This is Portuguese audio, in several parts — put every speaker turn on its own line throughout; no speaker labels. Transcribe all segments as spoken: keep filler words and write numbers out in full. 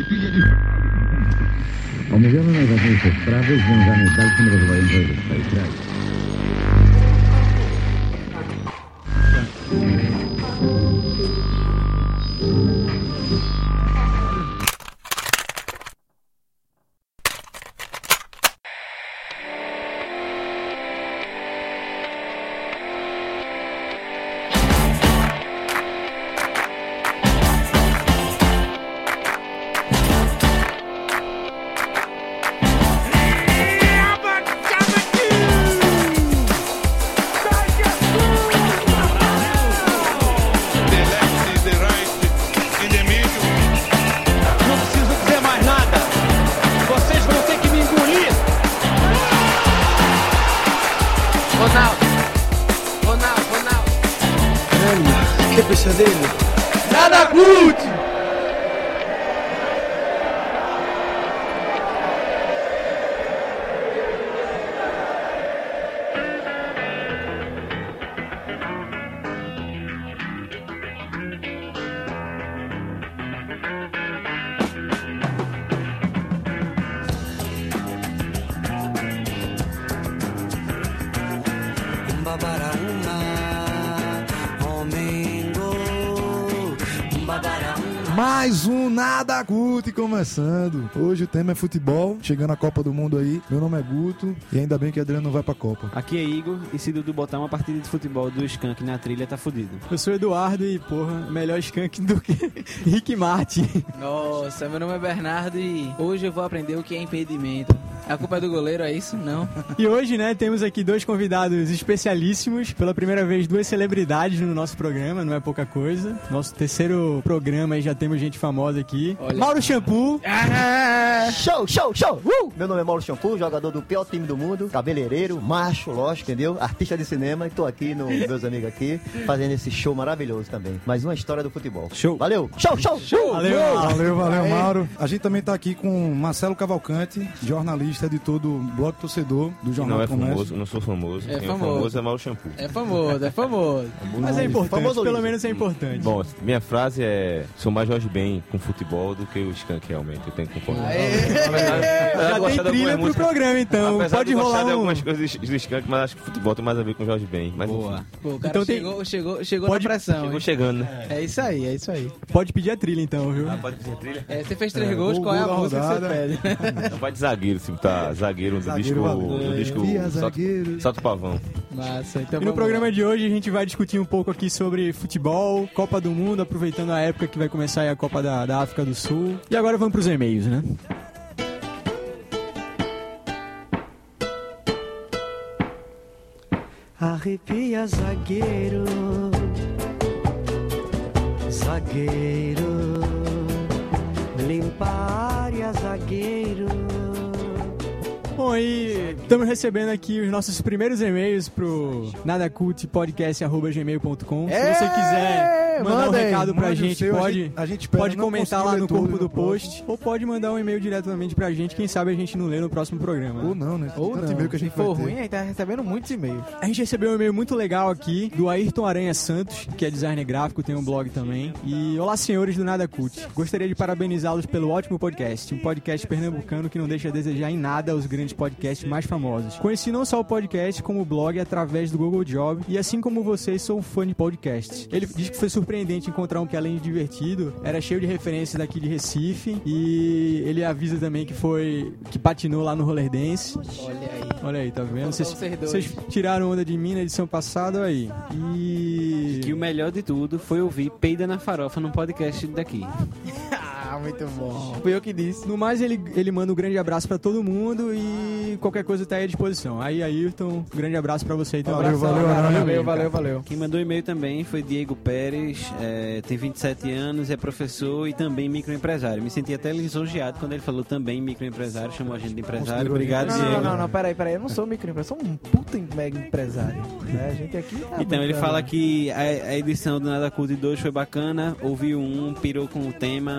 filha de... Omówione najważniejsze sprawy związane z dalszym rozwojem województwa i kraju.
Mais um Nada Guto começando. Hoje o tema é futebol, chegando a Copa do Mundo aí. Meu nome é Guto e ainda bem que Adriano não vai pra Copa.
Aqui é Igor e se Dudu botar uma partida de futebol do Skank na trilha, tá fudido.
Eu sou Eduardo e, porra, melhor Skank do que Rick Martin.
Nossa, meu nome é Bernardo e hoje eu vou aprender o que é impedimento. A culpa é do goleiro, é isso? Não.
E hoje, né, temos aqui dois convidados especialíssimos. Pela primeira vez, duas celebridades no nosso programa, não é pouca coisa. Nosso terceiro programa aí já temos gente famosa aqui. Olha. Mauro Shampoo.
Ah, show, show, show! Uh! Meu nome é Mauro Shampoo, jogador do pior time do mundo, cabeleireiro, macho, lógico, entendeu? Artista de cinema e tô aqui, no, meus amigos aqui, fazendo esse show maravilhoso também. Mais uma história do futebol.
Show.
Valeu! Show, show, show!
Valeu, valeu, valeu, Mauro. A gente também tá aqui com Marcelo Cavalcante, jornalista, editor do Blog Torcedor, do Jornal
Não é
Comércio.
famoso, não sou famoso.
É
Quem
famoso.
é famoso é Mauro Shampoo.
É famoso, é famoso.
Mas é importante,
famoso
pelo
Luiz.
menos é importante.
Bom, minha frase é: sou mais Jorge Ben com futebol do que o Skank realmente. Eu tenho que concordar.
Já tem trilha pro programa, então.
Apesar
Pode
de gostar
rolar
de
um...
algumas coisas do Skank, mas acho que futebol tem mais a ver com o Jorge Ben. Mas
Boa. Pô, o cara
Então tem-
chegou, chegou, chegou
Pode-
na pressão.
chegou
hein?
chegando, né?
É isso aí, é isso aí.
Pode pedir a trilha, então, viu?
Pode pedir a trilha?
É, você fez três
É,
gols,
gol-
qual é a
gol da
música
rodada.
que você pede?
Não vai de zagueiro, se botar zagueiro do
Zagueiro
disco.
valeu.
Do disco
Via
solta,
zagueiro.
solta o pavão.
Massa, então
E no
vamos
programa
lá.
de hoje a gente vai discutir um pouco aqui sobre futebol, Copa do Mundo, aproveitando a época que vai começar aí a Copa da, da África do Sul. E agora vamos pros e-mails, né?
Arrepia, zagueiro, zagueiro, limpa a área, zagueiro.
Bom, e estamos recebendo aqui os nossos primeiros e-mails pro nadacult.podcast arroba gmail ponto com. Se você quiser mandar um
manda aí,
recado pra
mande o
gente,
seu, a
pode,
gente- a gente espera,
pode
não
comentar
consigo
lá
ler
no
tudo
corpo
no
do
próximo.
post, ou pode mandar um e-mail diretamente pra gente, quem sabe a gente não lê no próximo programa.
Ou não, né?
Ou
Tanto
não,
e-mail que a
se
gente
for
vai ter.
ruim, aí tá recebendo muitos e-mails.
A gente recebeu um e-mail muito legal aqui do Ayrton Aranha Santos, que é designer gráfico, tem um blog também. E olá, senhores do Nada Cult. Gostaria de parabenizá-los pelo ótimo podcast. Um podcast pernambucano que não deixa a desejar em nada os grandes podcasts mais famosos. Conheci não só o podcast, como o blog através do Google Job. E assim como vocês, sou um fã de podcasts. Ele diz que foi surpreendente encontrar um que, além de divertido, era cheio de referências daqui de Recife. E ele avisa também que foi... que patinou lá no Roller Dance.
Olha aí.
Olha aí, tá vendo? Vocês,
vocês dois.
vocês tiraram onda de mim na edição passada, aí. E...
Que o melhor de tudo foi ouvir Peida na Farofa no podcast daqui.
Ah, muito bom. Fui eu que disse.
No mais, ele, ele manda um grande abraço pra todo mundo e qualquer coisa tá aí à disposição. Aí, Ayrton, um grande abraço pra você. Então,
Valeu,
abração,
valeu,
cara.
Aranha.
Valeu, valeu, valeu.
Quem mandou e-mail também foi Diego Pérez, é, tem vinte e sete anos, é professor e também microempresário. Me senti até lisonjeado quando ele falou também microempresário, chamou a gente de empresário.
Considerou
Obrigado,
Não,
Diego.
não, não, não, peraí, peraí. Eu não sou microempresário, sou um puta mega empresário. Né? A gente aqui tá
Então ele
muito
fala
bem.
que a, a edição do Nada Cult de hoje foi bacana, ouviu um, pirou com o tema do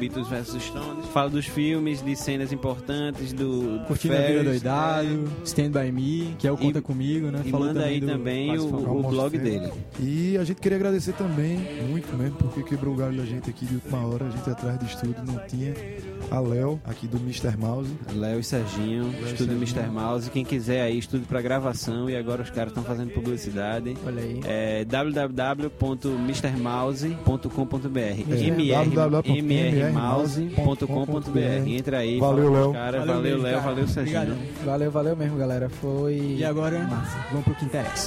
Beatles versus Stones. Fala dos filmes, de cenas importantes, do
Curtindo a Vida
Ferris,
Doidado, Stand By Me, que é o Conta
E-
Comigo, né?
E
Falou
manda aí
do
também
Passo
o,
Famoso.
o blog
Almost
dele.
E a gente queria agradecer também, muito mesmo, porque quebrou o galho da gente aqui de última hora. A gente atrás de estúdio não tinha. A Léo, aqui do mister Mouse.
Léo e Serginho,
Léo e
estúdio
Serginho.
mister Mouse. Quem quiser aí, estúdio pra gravação. E agora os caras estão fazendo publicidade.
Olha aí.
É w w w ponto mister mouse ponto com ponto b r
É,
m r m r mouse ponto com ponto b r. Entra aí.
Valeu,
fala com os
Léo.
caras.
Valeu
Valeu,
mesmo,
Léo.
cara.
Valeu, Serginho.
Obrigado.
Valeu, valeu mesmo, galera. Foi.
E agora, vamos pro Quintex.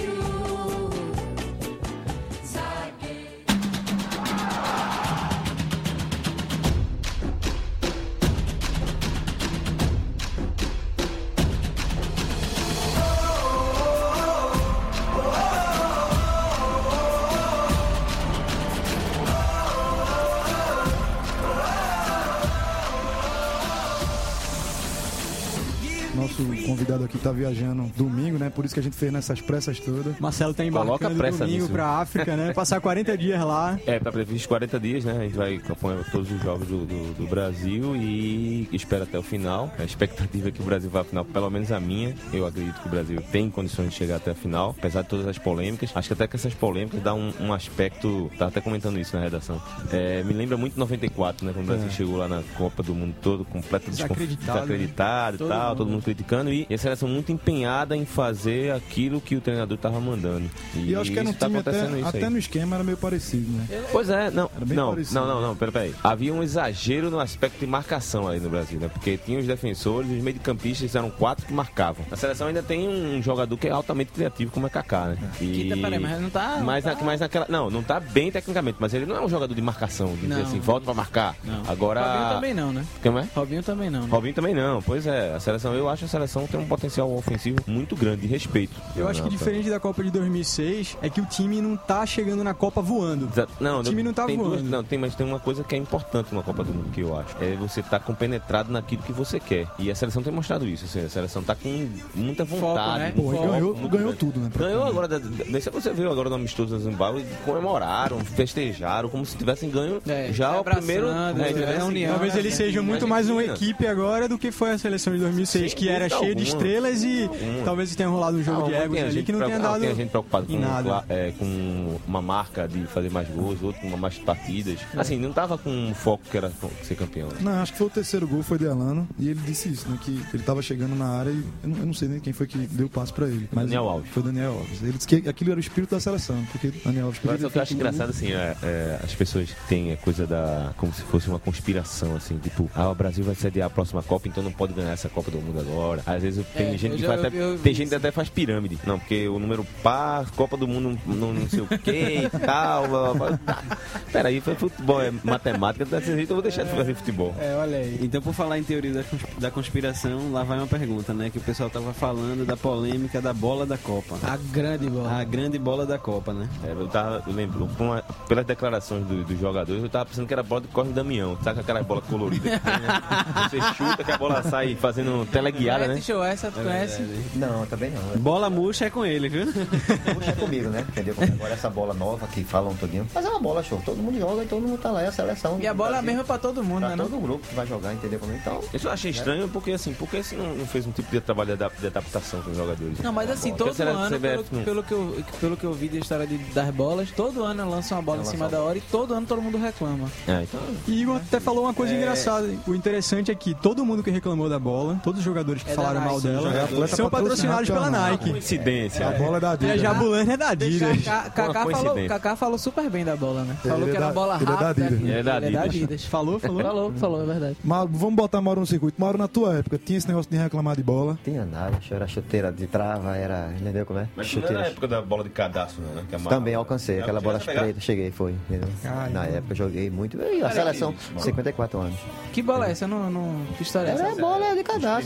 Nosso convidado aqui tá viajando domingo, né? Por isso que a gente fez nessas pressas todas.
Marcelo tá
Coloca
embarcando
pressa
domingo
nisso.
pra África, né? Passar quarenta dias lá.
É, tá previsto quarenta dias, né? A gente vai acompanhar todos os jogos do, do, do Brasil e espera até o final. A expectativa é que o Brasil vá à final, pelo menos a minha. Eu acredito que o Brasil tem condições de chegar até a final, apesar de todas as polêmicas. Acho que até que essas polêmicas dão um, um aspecto. Tava até comentando isso na redação. É, me lembra muito noventa e quatro, né? Quando o Brasil
É.
chegou lá na Copa do Mundo todo, completo
Desacreditado,
desacreditado e
Todo
tal,
mundo.
todo mundo criticando. E, e a seleção muito empenhada em fazer aquilo que o treinador tava mandando.
E eu acho que era um
isso tá
time até,
acontecendo isso
até
aí.
no esquema era meio parecido, né?
Pois é, não,
Era bem
não,
parecido.
não, não, não, pera, pera aí. Havia um exagero no aspecto de marcação aí no Brasil, né? Porque tinha os defensores, os meio-campistas, eram quatro que marcavam. A seleção ainda tem um jogador que é altamente criativo, como é Kaká, né? E...
Quita, peraí, mas não tá.
Mas,
não
na-
tá...
mas naquela. Não, não tá bem tecnicamente, mas ele não é um jogador de marcação, de dizer
Não.
assim, volta pra marcar.
Não.
Agora.
Robinho também não, né?
Como é?
Robinho também não. Né?
Robinho também não, pois é. A seleção, eu acho que a seleção tem um potencial ofensivo muito grande, de respeito.
Eu acho que diferente da Copa de dois mil e seis é que o time não tá chegando na Copa voando.
Exa- Não,
O time não tá
tem
voando.
duas- não, tem, mas tem uma coisa que é importante numa Copa do Mundo que eu acho. É você estar compenetrado naquilo que você quer. E a seleção tem mostrado isso. Assim, a seleção tá com muita vontade.
né?
Pô, e
Foco,
ganhou,
muito
ganhou
grande.
tudo, né?
Ganhou agora, da- da- deixa você ver agora no amistoso da Zimbábue, comemoraram, festejaram, como se tivessem ganho
É,
já o
abraçando,
primeiro.
é,
tivessem
reunião,
ganho
Talvez
a
eles sejam muito
Argentina.
mais uma equipe agora do que foi a seleção de dois mil e seis,
Sem
que era
dúvida
cheia de
alguma.
estrelas e
Alguma.
talvez tenha rolado um jogo
Não,
de
mas
egos
tem a
ali
gente
que não tenha
preocupada-
dado
Tem a gente preocupada com,
em nada.
cla- é, com uma marca de fazer mais gols, outro com mais partidas. Assim, não tava com um foco que era ser campeão. Né?
Não, acho que foi o terceiro gol, foi de Alano. E ele disse isso, né? Que ele tava chegando na área e eu não, eu não sei nem quem foi que deu o passe pra ele. Mas
Daniel Alves.
Foi Daniel Alves. Ele disse que aquilo era o espírito da seleção, porque Daniel Alves
Mas
poderia
o que eu acho
ter feito um
engraçado, assim, é, é, as pessoas têm a coisa da... como se fosse uma conspiração, assim, tipo, ah, o Brasil vai sediar a próxima Copa, então não pode ganhar essa Copa do Mundo agora. Às vezes tem
É,
gente
eu
que
já-
faz até,
eu- eu vi
tem gente
isso.
que até faz pirâmide. Não, porque o número par, Copa do Mundo não, não sei o que e tal. Blá, blá, blá. Tá. Peraí, foi futebol, é matemática, desse jeito eu vou deixar de fazer futebol.
É, olha aí.
Então, por falar em teoria da cons- da conspiração, lá vai uma pergunta, né? Que o pessoal tava falando da polêmica da bola da Copa.
A grande bola.
A grande bola da Copa, né?
É, eu, tava, eu lembro, com a- pelas declarações do- dos jogadores, eu tava pensando que era bola de Cosme Damião. Sabe aquela bola colorida que tem, né? Você chuta que a bola sai fazendo teleguiada, né?
Show, essa tu conhece?
Não, também não.
Bola murcha é com ele, viu?
Puxa comigo, né? Entendeu? Agora essa bola nova que falam todinho. Mas é uma bola, show. Todo mundo joga e todo mundo tá lá. É a seleção.
E a bola é a
Brasil.
mesma pra todo mundo,
Pra
né? não?
todo o grupo que vai jogar, entendeu? Então,
Isso eu achei estranho porque, assim, por que você não, não fez um tipo de trabalho de, adap- de adaptação com os jogadores?
Não, mas assim,
Porque
todo
será que
ano,
você vê-
pelo, pelo, que eu, pelo que eu vi da história de- das bolas, todo ano lança uma bola em
Lança
cima
uma
da hora e todo ano todo mundo reclama.
É, então,
E Igor até falou uma coisa engraçada. O interessante é que todo mundo que reclamou da bola, todos os jogadores que
É da
falaram mal
Nike.
dela,
Jogador
são patrocinados pela Nike.
coincidência.
A bola é da
E a
Adidas.
Jabulani é da Adidas.
Kaká, Kaká falou,
coincidência.
Kaká falou super bem da bola, né?
Ele
Falou
é
que era
da-
uma bola
ele é da
rápida.
Adidas.
Ele é da
Ele é da
Adidas.
Adidas.
Falou, falou.
Falou, falou, é verdade.
Mas vamos botar Mauro no circuito. Mauro, na tua época, tinha esse negócio de reclamar de bola?
tinha nada. Era chuteira de trava, era. Entendeu como é?
Mas não era na época da bola de cadastro, não, né? Que amarrava.
Também alcancei, aquela bola preta, cheguei, foi. Entendeu? Na época eu joguei muito. E a seleção, cinquenta e quatro anos.
Que bola é essa? Eu Não, não... Que história é
Era
essa?
bola de cadastro,
primórdios.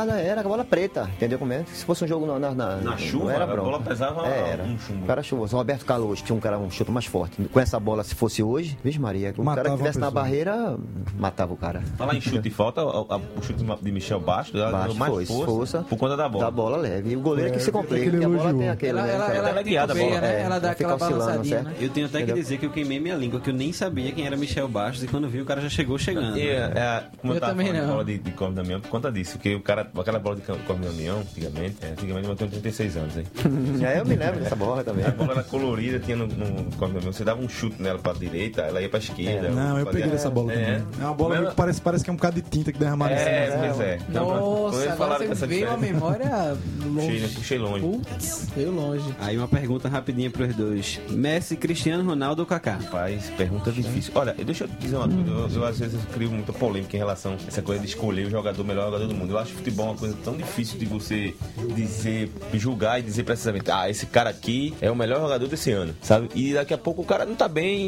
nada, era a bola preta, entendeu como é? Se fosse um jogo na, na, na,
Na chuva,
não era
a
bronca.
bola pesava
É, era.
um chumbo.
O cara chuvoso. O Roberto Carlos tinha um cara um chute mais forte. Com essa bola, se fosse hoje, veja Maria, o
Matava
cara que
a
tivesse na
pessoa.
barreira, matava o cara.
Falar em chute e falta, o, a- o chute de Michel Bastos, ela
Baixo,
deu mais
foi,
força,
força
por conta da bola.
Da bola leve. E o goleiro é, que se complica,
aquele
porque a bola
elogiou.
tem aquele...
Ela,
né,
ela,
cara?
ela,
ela é guiada a
picopeia,
bola.
né?
É,
Ela dá
ela fica
aquela
oscilando,
balançadinha,
certo?
né?
Eu tenho até que
Entendeu?
dizer que eu queimei minha língua, que eu nem sabia quem era Michel Bastos, e quando vi o cara já chegou chegando.
E, é, como eu,
Eu
tava
também
falando de
não.
bola de, de corno de Damião, por conta disso, porque o cara, aquela bola de corno de Damião, antigamente, é, antigamente eu tenho trinta e seis anos, hein?
É, eu me lembro dessa bola também.
A bola era colorida, tinha no, no corno de Damião, você dava um chute nela pra direita, ela ia pra esquerda.
Não, eu
fazia-
peguei essa bola
é,
também. É uma bola
Mas-
que parece, parece que é um bocado de tinta que derramaram em cima.
É, pois é. Então, quando
Nossa,
eles
agora
falaram
você
dessa
veio a
diferença,
memória
puxei,
longe.
puxei longe.
Putz, veio longe.
Aí uma pergunta rapidinha pros dois. Messi, Cristiano Ronaldo ou Kaká?
Rapaz, pergunta difícil. Olha, deixa eu te dizer uma coisa. Eu, eu, às vezes crio muita polêmica em relação a essa coisa de escolher o jogador, o melhor jogador do mundo. Eu acho futebol uma coisa tão difícil de você dizer, julgar e dizer precisamente, ah, esse cara aqui é o melhor jogador desse ano, sabe? E daqui a pouco o cara não tá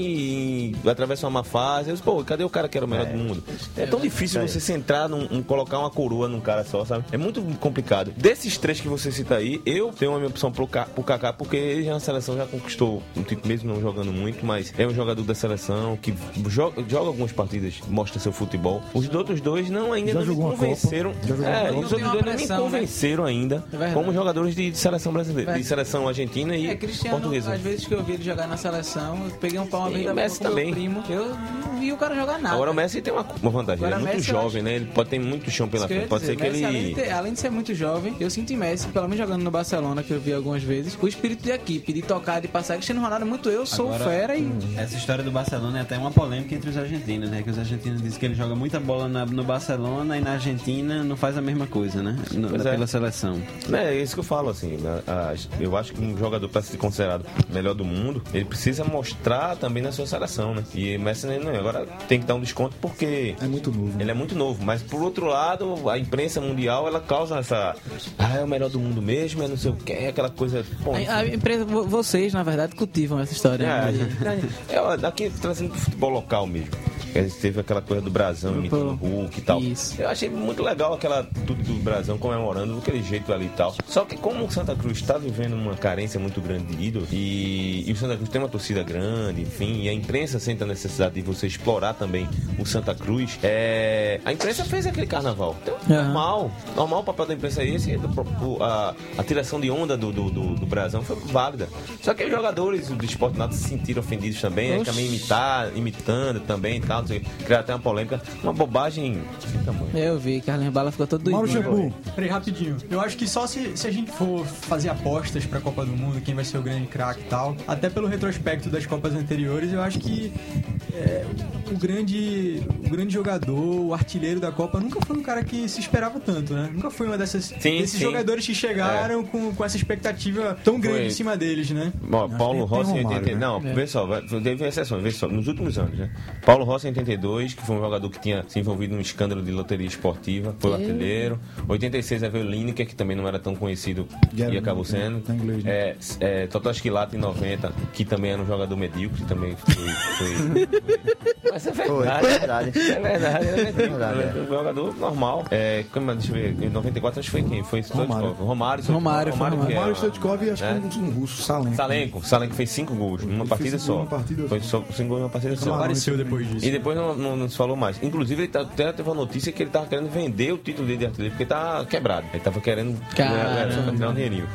bem, e atravessa uma má fase. Eu, pô, cadê o cara que era o melhor do mundo? É tão difícil você centrar, num, num- colocar uma coroa num cara só, sabe? É muito complicado. Desses três que você cita aí, eu tenho a minha opção pro, Ca- pro Kaká, porque ele já na seleção já conquistou um título, mesmo não jogando muito, mas é um jogador da seleção que joga, joga algumas partidas, mostra seu futebol. Os outros dois não ainda
Já
não me
jogou uma
convenceram.
Copa, já jogou uma
É,
Copa.
os outros
Tem uma
dois não me
pressão, né?
convenceram ainda
É verdade.
como jogadores de, de seleção brasileira, de
Verdade.
seleção argentina e
É, Cristiano,
portuguesa.
às vezes que eu vi ele jogar na seleção, eu peguei um pau uma
E
vez
o
da
Messi
boca com meu
também.
primo, eu não vi o cara jogar nada.
Agora o Messi tem uma, uma vantagem,
Agora
ele é muito
Messi, eu
jovem,
acho-
né? Ele pode ter muito chão pela
Isso que eu
frente.
ia
Pode ser
dizer,
que
Messi, além, de
ele.
ter- além de ser muito jovem, eu sinto em Messi, pelo menos jogando no Barcelona, que eu vi algumas vezes, o espírito de equipe, de tocar, de passar. Cristiano Ronaldo é muito eu, sou
Agora,
fera e...
Essa história do Barcelona é até uma polêmica entre os argentinos, né? Que os argentinos dizem que ele joga muita bola na- no Barcelona e na Argentina não faz a mesma coisa, né? No,
Pois
da-
é.
Pela seleção.
É, é isso que eu falo, assim. né? A- eu acho que um jogador, para ser considerado melhor do mundo, ele precisa mostrar também na sua seleção, né? E Messi não é. Agora tem que dar um desconto porque
É muito novo.
ele é muito novo. Mas por outro lado, a imprensa mundial ela causa essa. Ah, é o melhor do mundo mesmo, é não sei o que, é aquela coisa. Bom,
A, a empresa, vo- vocês, na verdade, cultivam essa história.
É,
né?
é, ó, daqui trazendo pro futebol local mesmo. A gente teve aquela coisa do Brasão imitando o Hulk e tal.
Isso.
Eu achei muito legal aquela tudo do Brasão comemorando daquele jeito ali e tal. Só que como o Santa Cruz está vivendo uma carência muito grande de ídolo e, e o Santa Cruz tem uma torcida grande, enfim, e a imprensa sente a necessidade de você explorar também o Santa Cruz, é, a imprensa fez aquele carnaval. Então,
Aham.
normal. Normal o papel da imprensa é esse. do- o- a, a tiração de onda do, do, do, do Brasão foi válida. Só que os jogadores do Esporte Nato se sentiram ofendidos também, aí
Oxi.
também imitar, imitando também e tal, não sei, criaram até uma polêmica, uma bobagem sem tamanho.
Eu vi, Carlinhos Bala ficou todo
Mauro
doidinho.
Shampoo.
Peraí, rapidinho. Eu acho que só se, se a gente for fazer apostas pra Copa do Mundo, quem vai ser o grande craque e tal, até pelo retrospecto das Copas anteriores, eu acho que é, o, grande, o grande jogador, o artilheiro da Copa, nunca foi um cara que se esperava tanto, né? Nunca foi uma dessas,
Sim,
desses
sim.
jogadores que chegaram com, com essa expectativa tão grande
Foi.
em cima deles, né?
Ó, Paulo
tem- tem
Rossi em
Romário,
oitenta...
né?
Não,
É.
vê só, vai- teve exceções, vê só, nos últimos anos, né? Paulo Rossi em oitenta e dois, que foi um jogador que tinha se envolvido num escândalo de loteria esportiva, foi o artilheiro. oitenta e seis é veio o Lineker, que também não era tão conhecido
Guerra
e acabou
do-
sendo.
tá em inglês, né?
É, é, Totó Esquilato em noventa, que também era um jogador medíocre, também foi... foi... Mas é
Foi,
verdade.
é verdade.
É verdade, é verdade.
Verdade, é.
Um jogador normal. É, como, deixa eu ver, em noventa e quatro acho que foi quem? Foi
Romário.
Stoichkov. Romário. Stoichkov.
Romário, foi
que
Romário.
é
Mário
uma-
Stoichkov e acho
né?
que um, um russo, Salenko.
Salenko. Salenko fez cinco gols numa
Ele
partida
fez cinco
só.
gols numa partida
Foi
só.
só cinco gols numa partida só.
Apareceu depois disso.
E depois não, não, não se falou mais. Inclusive, ele tá- até teve uma notícia que ele tava querendo vender o título dele de artilheiro, porque tá quebrado. Ele tava querendo
Caramba.
ganhar, ganhar, ganhar um dinheirinho.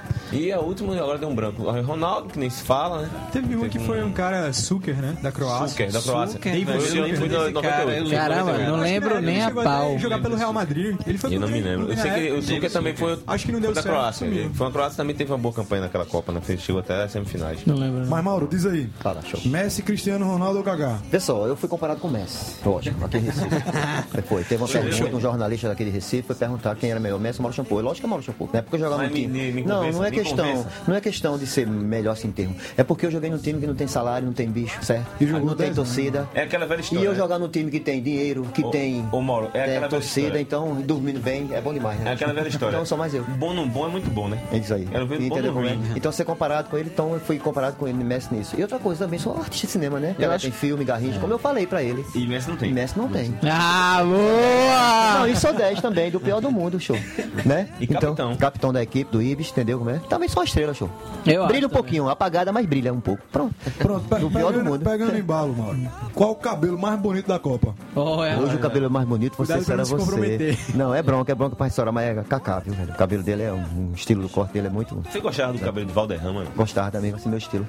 E a última, agora deu um branco. O Ronaldo, que nem se fala, né?
Teve um que foi um cara Suker, né? Da Croácia.
Suker, da Croácia.
Suker,
Foi,
velho,
foi,
eu
foi
lembro
de
desse
noventa e
cara,
oito.
eu
Caramba,
noventa e oito.
não lembro
Ele
nem a
chegou
pau.
até jogar pelo Real Madrid. Ele foi
Eu não
pro
me
Grêmio,
lembro. Eu
na
sei que
época.
o Suker também foi,
Acho que não
foi
deu
da
certo,
Croácia.
sumiu.
Foi uma Croácia também teve uma boa campanha naquela Copa, né? Fez- Chegou até as semifinais.
Não lembro. não.
Mas Mauro, diz aí.
Fala, show.
Messi, Cristiano Ronaldo ou Kaká?
Pessoal, eu fui comparado com o Messi. Lógico, aqui em Recife. Foi, teve uma pergunta, um jornalista daquele Recife foi perguntar quem era melhor, Messi ou Mauro Shampoo. Lógico que é Mauro Shampoo. Na época eu jogava
Mas
no time.
me- me
não,
convença,
não é
me
questão, não é questão de ser melhor assim em termo. É porque eu joguei num time que não tem salário, não tem bicho, certo?
E jogou
não tem
dez
torcida.
É aquela velha história.
E eu
né?
jogar num time que tem dinheiro, que
Ô,
tem
ô, Mauro, é
é,
aquela velha
torcida,
história.
então dormindo bem é bom demais, né?
É aquela velha história.
Então sou mais eu.
Bom no bom é muito bom, né?
É isso aí.
Quero ver bom
Entendeu
no
como é?
ruim.
Então ser comparado com ele, então eu fui comparado com ele, Messi nisso. E outra coisa também, sou artista de cinema, né? Ela tem filme, Garrincha, como eu falei pra ele.
E Messi não tem.
E Messi não tem.
Ah, boa!
Não, e sou dez também, do pior do mundo, show. Né?
E
então,
capitão.
capitão da equipe, do Ibis, entendeu como é? Também sou uma estrela, show.
Eu acho
brilha um
também.
pouquinho, apagada, mas brilha um pouco. Pronto.
Pronto, pe
Do pior do
pegando,
mundo.
pegando embalo, Mauro. Qual o cabelo mais bonito da Copa?
Oh, é,
Hoje o cabelo é mais bonito, você
Cuidado pra
será
não se
você.
comprometer.
Não, é bronca, é bronca pra estourar, mas é Kaká, viu, velho? O cabelo dele é um, um estilo do corte dele é muito.
Você gostava do cabelo do Valderrama? Não?
Gostava também, vai ser meu estilo.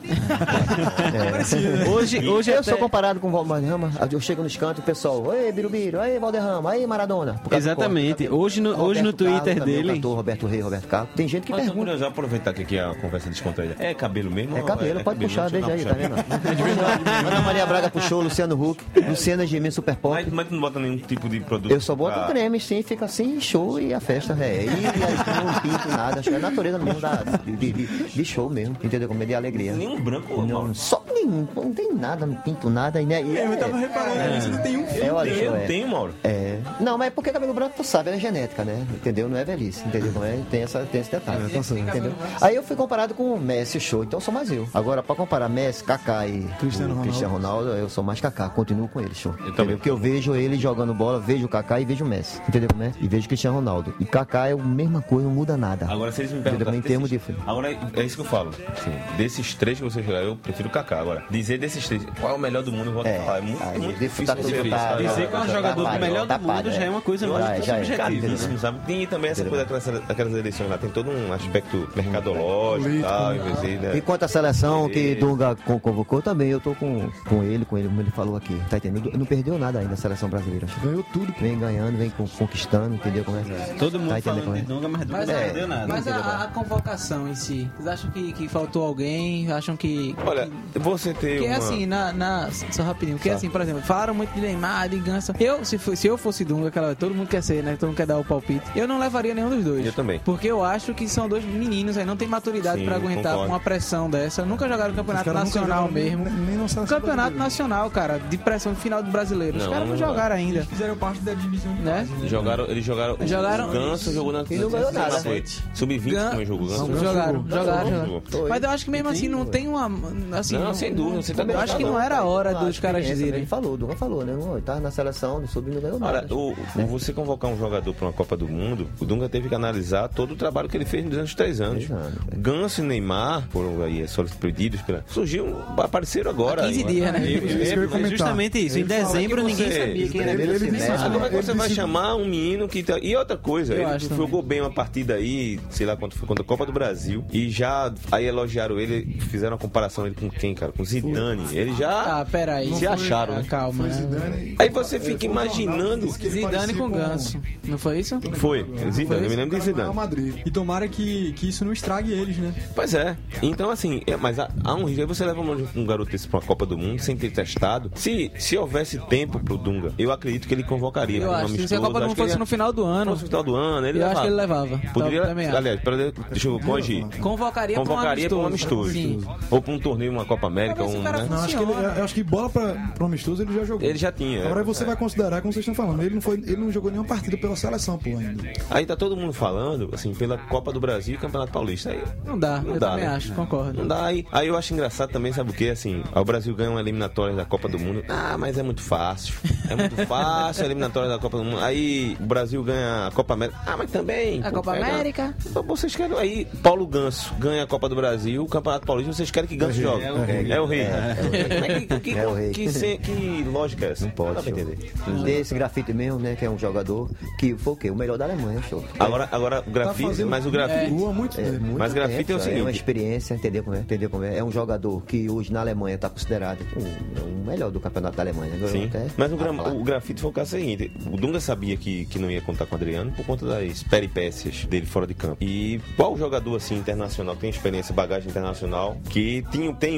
É.
Hoje, hoje
eu
até...
sou comparado com o Valderrama, eu chego nos cantos, o pessoal, ei, Birubiru, ei, Valderrama, ei, Maradona. Por causa do
Exatamente.
corte,
Hoje no, hoje no
Roberto Carlos
Twitter
também, o
dele.
cantor Roberto Rei, Roberto Carlos. Tem gente que
Mas eu
pergunta.
curioso, aproveitar que aqui é a conversa descontraída. É cabelo mesmo?
É
ou
cabelo,
é
pode
cabelo?
puxar,
Deixa eu
veja
dar
aí,
uma
tá
puxada.
vendo? Ana Maria Braga puxou, Luciano Huck, Luciana Gimenez Super Pop.
Mas, mas tu não bota nenhum tipo de produto?
Eu só boto
pra-
um creme, sim, fica assim, show e a festa, é. E, e aí não pinto nada, acho que é a natureza mesmo da, de, de, de show mesmo, entendeu? Como é de alegria.
Nenhum branco,
Não,
Mauro.
só nenhum, não tem nada, não pinto nada. E, né, e
Eu tava reparando nisso, não tem um fio.
é, olha,
Tem,
show,
eu
é.
tenho, Mauro.
É. Não, mas é porque cabelo branco, tu sabe, é genética, né? Entendeu? Não é velhice, entendeu? Não é, tem, essa, tem esse detalhe.
É, tá certo.
Entendeu? Aí eu fui comparado com o Messi, o show, então eu sou mais eu. Agora, pra comparar Messi, Kaká e
Cristiano
o
Ronaldo.
Cristiano Ronaldo, eu sou mais Kaká, continuo com ele, show.
também.
Entendeu? Porque eu vejo ele jogando bola, vejo o Kaká e vejo o Messi, entendeu como é? E vejo o Cristiano Ronaldo. E Kaká é a mesma coisa, não muda nada.
Agora, se eles me
Entendeu?
perguntarem...
Em termos de...
desses- Agora, é isso que eu falo. Assim, desses três que você jogar, eu prefiro o Kaká. Agora, dizer desses três, qual é o melhor do mundo, eu vou te
É,
falar. É muito,
aí,
muito
de-
difícil
tá
você
tudo
ver
tá-
isso.
Dizer que é um
Tá
jogador
tapado,
do melhor
tá
do mundo
tapado,
já é uma coisa mais
Já é, já é.
subjetiva.
Caríssimo, sabe? Tem também essa coisa daquelas, daquelas eleições lá, tem todo um aspecto mercadológico e tal, em vez de, né?
E quanto à seleção que
E-
Dunga con- convocou, também eu tô com, com ele, com ele, como ele falou aqui. Tá entendendo? Não perdeu nada ainda a seleção brasileira.
Ganhou tudo.
Vem ganhando, vem con- conquistando, entendeu como é?
Todo mundo
Tá entendendo
falando
como
de
é?
Dunga, mas Dunga
Mas,
não
é,
perdeu nada.
mas a, a convocação em si, vocês acham que, que faltou alguém? Acham que...
Olha, você ter
Porque
uma...
assim, na, na, só rapidinho, porque
Só.
assim, por exemplo, falaram muito de Neymar, de Ganso. Eu, se, for- se eu fosse Dunga, aquela, todo mundo quer ser, né? Todo mundo quer dar o palpite. Eu não levaria nenhum dos dois.
Eu também.
Porque eu acho que são dois meninos aí, não tem maturidade
Sim,
pra aguentar
concordo.
uma pressão dessa. Nunca jogaram
Os
campeonato
caras nunca
nacional
jogaram
mesmo.
Nem, nem na seleção
Campeonato
brasileira.
nacional, cara, de pressão de final do brasileiro. Os
Não,
caras não
não
jogaram ainda,
Fizeram parte da divisão de
né?
Jogaram, eles jogaram.
Jogaram-
O Ganso jogou na.
E não ganhou nada.
Foi. sub vinte
Gan-
também jogou. Ganso.
Ganso
Jogaram,
jogou.
jogaram,
Jogou.
jogaram. Mas eu acho que mesmo assim não tem uma. Assim,
Não, sem dúvida, você tá
Eu acho que não era a hora dos caras dizerem.
Ele falou, o Dunga falou, né? Ele tava na seleção, do sub não ganhou nada.
Olha, o, o- você convocar um jogador para uma Copa do Mundo, o Dunga teve que analisar todo o trabalho que ele fez durante os três anos.
Três anos, é.
Ganso e Neymar foram aí pedidos pela. Surgiu, apareceram agora.
Há quinze
aí,
dias, né?
E- e-
Isso que eu ia
É
comentar.
justamente isso. Em
Ele fala
dezembro
que
ninguém
você-
sabia quem era
ele-
esse
ele
Messi.
disse-
Mas como é que
Ele
você vai
disse-
chamar um menino que tá... E outra coisa,
Eu
ele
acho também.
jogou bem uma partida aí, sei lá quanto foi, contra a Copa do Brasil, e já aí elogiaram ele, fizeram uma comparação ele com quem, cara? Com Zidane. Ele já
Ah, peraí.
se acharam,
Ah,
né?
calma.
Foi
né?
Zidane.
Aí você fica imaginando...
Disse que ele
Zidane
parecia
com Ganso. Não foi isso?
Foi, Zidane, eu me lembro de
Real
Zidane.
Madrid.
E tomara que, que isso não estrague eles, né?
Pois é. Então, assim, é, mas há, há um risco. Aí você leva um, um garoto desse pra uma Copa do Mundo sem ter testado. Se, se houvesse tempo pro Dunga, eu acredito que ele convocaria.
Eu
né, um
acho. Se a
amistoso,
Copa do
acho
Mundo
que ele
fosse
ia-
no final do ano,
fosse no final do ano, ele
eu
levava.
acho que ele levava.
Poderia,
Então, também acho.
aliás, pra, deixa eu corrigir.
Convocaria,
Convocaria para um amistoso.
Sim.
Ou para um torneio, uma Copa América.
Pra ver se
Um,
o cara
né?
Não, acho que, ele, eu acho que bola pra, pra amistoso ele já jogou.
Ele já tinha.
Agora
é.
você vai considerar, como vocês estão falando, ele não, foi, ele não jogou nenhuma partida pela seleção, pô, ainda.
Aí tá todo mundo falando, assim, pela Copa do Brasil e Campeonato Paulista. Aí
Não dá,
não
eu
dá,
também
né?
acho, concordo.
Não dá. Aí, aí eu acho engraçado também, sabe o que? Assim, aí o Brasil ganha uma eliminatória da Copa do Mundo. Ah, mas é muito fácil. É muito fácil a eliminatória da Copa do Mundo. Aí o Brasil ganha a Copa América. Ah, mas também.
A
pô,
Copa
pega-
América.
Então, vocês querem. Aí Paulo Ganso ganha a Copa do Brasil, o Campeonato Paulista, vocês querem que Ganso jogue.
é o rei.
É o rei.
É,
Mas que, que,
É o rei.
que, se- que lógica é essa?
Não pode,
Dá pra
show.
entender.
Tem esse grafite mesmo, né? Que é um jogador que foi o quê? O melhor da Alemanha, show.
Agora, agora o grafite,
fazendo
mas o grafite.
Gol há muito
É,
tempo.
muito
Mas grafite
tempo,
é o
É
seguinte.
uma experiência, entendeu como é? Entendeu como é? É um jogador que hoje na Alemanha está considerado o, o melhor do campeonato da Alemanha. Ganhou
Sim,
até
mas o,
a
gra-
placa.
o grafite foi o caso seguinte: o Dunga sabia que, que não ia contar com o Adriano por conta das peripécias dele fora de campo. E qual jogador assim internacional que tem experiência, bagagem internacional, que tem, tem o perfil